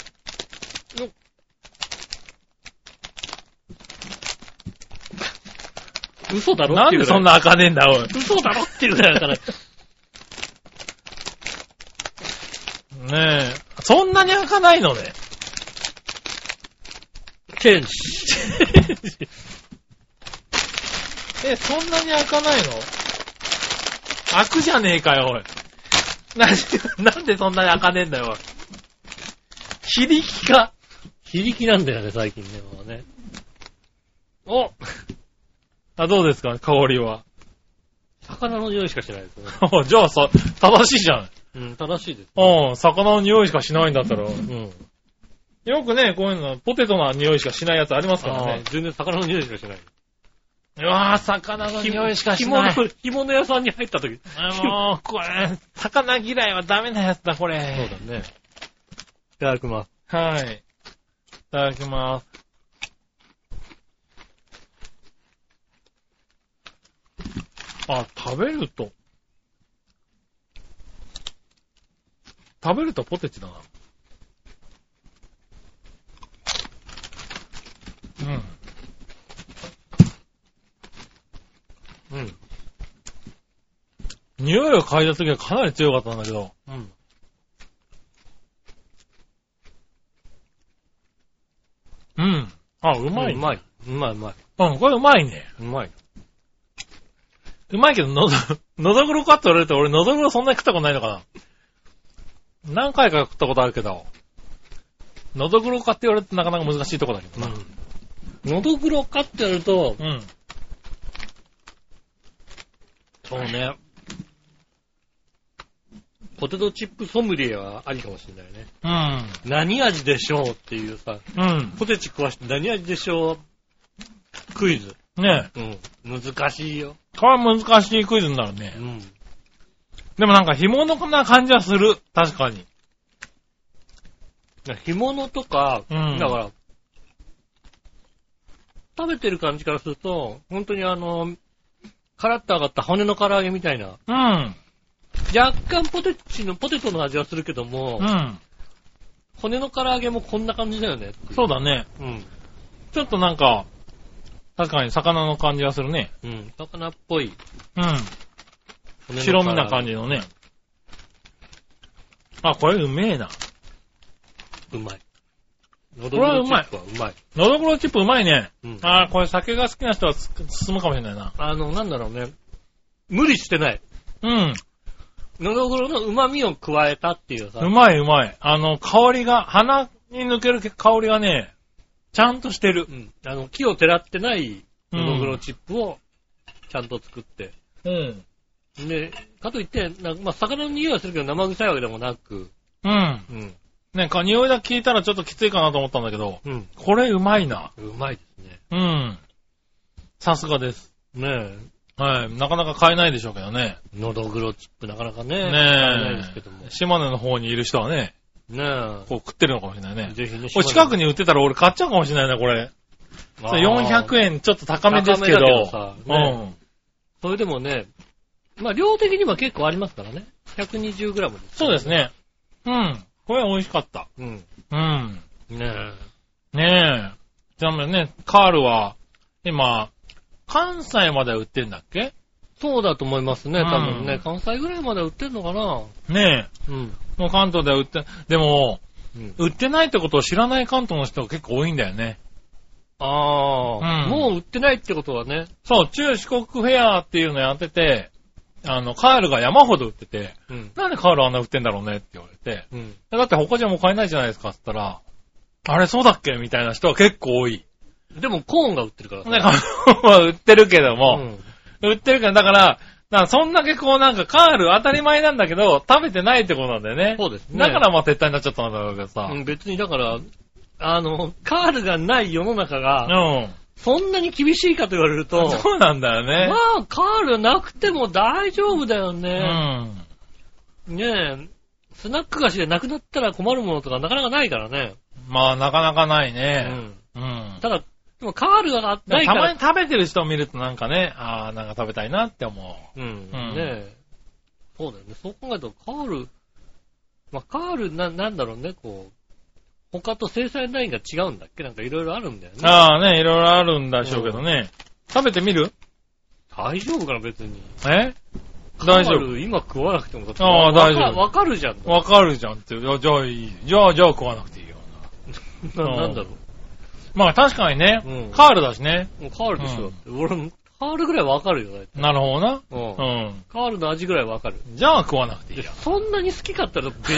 嘘だろっていうぐらい。なんでそんな開かねえんだ、おい。 嘘だろっていうぐらいだから。 ねえ。そんなに開かないのね。 チェンジ。 そんなに開かないの？開くじゃねえかよ、おい。なんでそんなに開かねえんだよ、おい。非力か。 非力なんだよね、最近ね、もうね。おどうですか、香りは。 魚の匂いしかしないですね。 じゃあ正しいじゃん。 うん、正しいです。 魚の匂いしかしないんだったら。 うん。 よくね、こういうの、ポテトの匂いしかしないやつありますからね。 全然魚の匂いしかしない。 魚の匂いしかしない。 干物屋さんに入った時。 もう、これ、魚嫌いはダメなやつだ、これ。 そうだね。いただきます。 はい。いただきます。食べるとポテチだな。うん。匂いを嗅いだ時はかなり強かったんだけど。うん。うん。うまい。 うまい。 これうまいね。 うまい。 うまいけど、のどぐろかって言われると俺のどぐろそんなに食ったことないのかな。何回か食ったことあるけど、のどぐろかって言われるとなかなか難しいとこだけどな。 のどぐろかって言われると、 うん。 そうね。ポテトチップソムリエはありかもしれないね。 うん。 何味でしょうっていうさ、 うん。 ポテチ食わして何味でしょうクイズ。 ねえ。うん。難しいよ。 これは難しいクイズになるね。 うん。 でもなんか干物な感じはする。確かに。 干物とか、だから、食べてる感じからすると、本当にカラッと揚がった骨の唐揚げみたいな。 うん。 若干ポテトの味はするけども、 うん。 骨の唐揚げもこんな感じだよね。 そうだね。 うん。 ちょっとなんか、確かに魚の感じはするね。 うん。魚っぽい。 うん。白身な感じのね。これうめえな。 うまい。 これはうまい。のどぐろチップうまいね。うん。これ酒が好きな人は進むかもしれないな。 なんだろうね。無理してない。 うん。 のどぐろの旨味を加えたっていうさ。 うまい。香りが、鼻に抜ける香りがね、ちゃんとしてる。 うん。木をてらってないのどぐろチップをちゃんと作って。 うん。 で、かといって、魚の匂いはするけど生臭いわけでもなく。 うん。うん。ね、匂いだけ聞いたらちょっときついかなと思ったんだけど、 うん。 これうまいな。 うまいですね。 うん。さすがです。 ねえ。 はい。なかなか買えないでしょうけどね。 のどぐろチップなかなかね。 ねえ。 買えないですけども。 島根の方にいる人はね。 ねえ。 こう食ってるのかもしれないね。 ぜひね。 これ近くに売ってたら俺買っちゃうかもしれないな、これ。400円ちょっと高めですけど。 ね、それでもね、量的には結構ありますからね。120g です、ね。 そうですね。うん。これ美味しかった。 うん。 うん。 ねえ。ちなみにね、カールは、今、関西まで売ってんだっけ？ そうだと思いますね、多分ね。関西ぐらいまで売ってんのかな？ ねえ。 うん。 もう関東では売って、でも、売ってないってことを知らない関東の人が結構多いんだよね。 もう売ってないってことはね。 そう、中四国フェアっていうのやってて、カールが山ほど売ってて、なんでカールあんな売ってんだろうねって言われて、だって他じゃもう買えないじゃないですかって言ったら、あれそうだっけみたいな人は結構多い。 でもコーンが売ってるから。 ね、売ってるけども、売ってるから、だから、そんだけこうなんかカール当たり前なんだけど、食べてないってことなんだよね。 そうですね。 だからまあ撤退になっちゃったんだろうけどさ。 別にだから、カールがない世の中が、そんなに厳しいかと言われると、 そうなんだよね。 まあ、カールなくても大丈夫だよね。ねえ、スナック菓子でなくなったら困るものとかなかなかないからね。 まあ、なかなかないね。 ただ、でもカールがないから。 たまに食べてる人を見るとなんかね、なんか食べたいなって思う。 ねえ。そうだよね。そう考えるとカール、まあ、カールなんだろうね、こう、他と生産ラインが違うんだっけなんかいろいろあるんだよね。 ね、いろいろあるんでしょうけどね。食べてみる？ 大丈夫かな、別に。 大丈夫。 今食わなくてもだって。 大丈夫。 わかるじゃん。 わかるじゃんって。じゃあいい。じゃあ食わなくていいよなんだろう。 まあ確かにね、カールだしね。 カールでしょ。俺、カールぐらいわかるよ、だいたい。 なるほどな。 カールの味ぐらいわかる。 じゃあ食わなくていいよ。 そんなに好きかったら別に。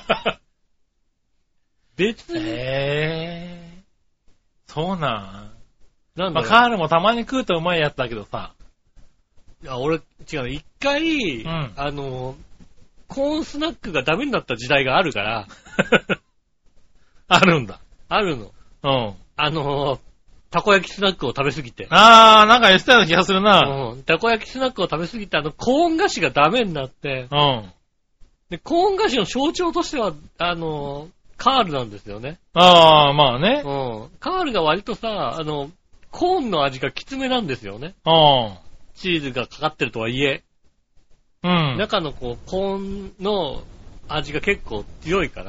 そうなんだろう。 まあカールもたまに食うとうまいやつだけどさ。 いや、俺、違う。一回、コーンスナックがダメになった時代があるから。 あるんだ。 あるの。たこ焼きスナックを食べすぎて。 なんか言ってたような気がするな。 たこ焼きスナックを食べすぎて、コーン菓子がダメになって。で、コーン菓子の象徴としては、カールなんですよね。 まあね。 カールが割とさ、コーンの味がきつめなんですよね。チーズがかかってるとはいえ。中のこう、コーンの味が結構強いから、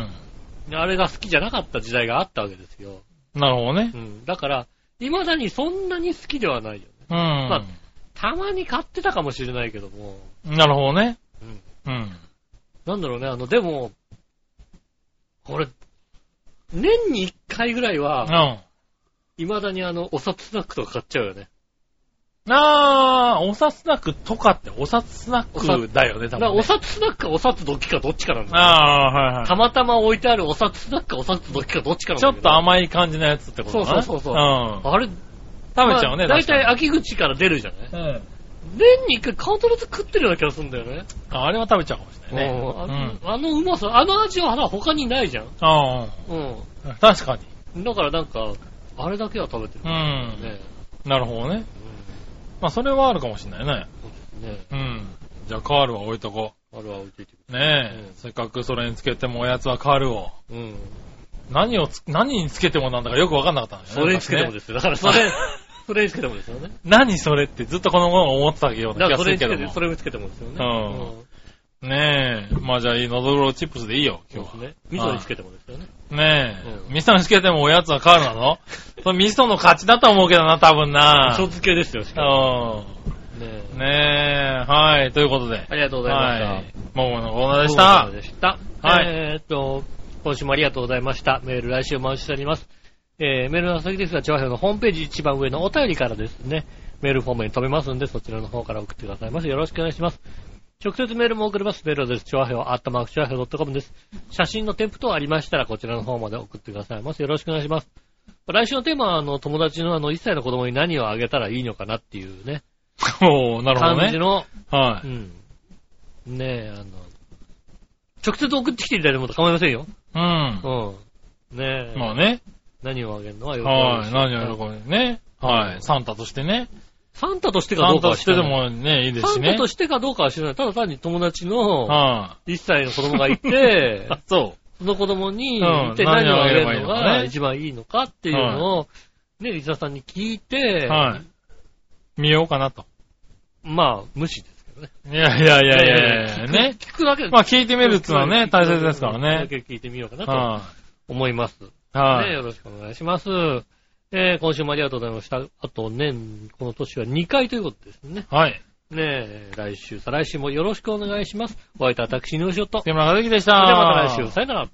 あれが好きじゃなかった時代があったわけですよ。 なるほどね。 だから、未だにそんなに好きではないよね。まあ、たまに買ってたかもしれないけども。 なるほどね。 なんだろうね、でも、これ、年に1回ぐらいは、未だにお札スナックとか買っちゃうよね。 お札スナックとかってお札スナックだよね、多分、ね。 お札スナックかお札どっちかどっちかなんだよ。たまたま置いてあるお札スナックかお札どっちかどっちかなんだよ。 ちょっと甘い感じのやつってことだね。 そう。あれ、 食べちゃうね、 だいたい秋口から出るじゃない年に1回カウントで食ってるような気がするんだよね。 あれは食べちゃうかもしれないね。 うまさ、味は他にないじゃん。 確かに。 だからなんか、あれだけは食べてる。 なるほどね。まあそれはあるかもしれないね。そうですね。じゃあカールは置いとこう。 カールは置いといてくれ。ねえ、せっかくそれにつけてもおやつはカールを。何につけてもなんだかよくわかんなかったんだよね。 それにつけてもですよ。だからそれにつけてもですよね。 何それってずっとこのものを思ってたような気がするけども。 それにつけてもですよね。 ねえ。まあじゃあのどぐろチップスでいいよ、今日は。 ね。味噌につけてもですよね。 ねえ。味噌につけてもおやつはカールなの？それ味噌の勝ちだと思うけどな、多分な。 味噌漬けですよ、しかも。 ねえ。はい。ということで。 ありがとうございました。 もものコーナーでした。 はい。今週もありがとうございました。メール来週もお待ちしております。メールの先ですが、チョアヘオのホームページ一番上のお便りからですね、メールフォームに飛べますんで、そちらの方から送ってくださいませ。よろしくお願いします。直接メールも送れます。メールです。チョアヘオ@chioaheo.com です。写真の添付等ありましたら、こちらの方まで送ってくださいませ。よろしくお願いします。来週のテーマは、友達の1歳の子供に何をあげたらいいのかなっていうね。 なるほどね。 感じの、 はい。 ねえ、直接送ってきていただいても構いませんよ。ねえ。 まあね。 何をあげるのはよはい。何をあげるのね。はい。サンタとしてね。 サンタとしてかどうかは知らない。 サンタとしてでもね、いいですしね。 サンタとしてかどうかは知らない。ただ単に友達の1歳の子供がいて、その子供に一体何をあげるのが一番いいのかっていうのを、ね、リサさんに聞いて、 見ようかなと。 まあ、無視ですけどね。 いや、ね。 聞くだけまあ、聞いてみるっていうのはね、大切ですからね。 だけ聞いてみようかなと思います。ね、よろしくお願いします。今週もありがとうございました。あと年、この年は2回ということですね。 はい。 ねえ、来週、再来週もよろしくお願いします。お会いいた私、井上翔と。 山中できでした。 それではまた来週、さよなら。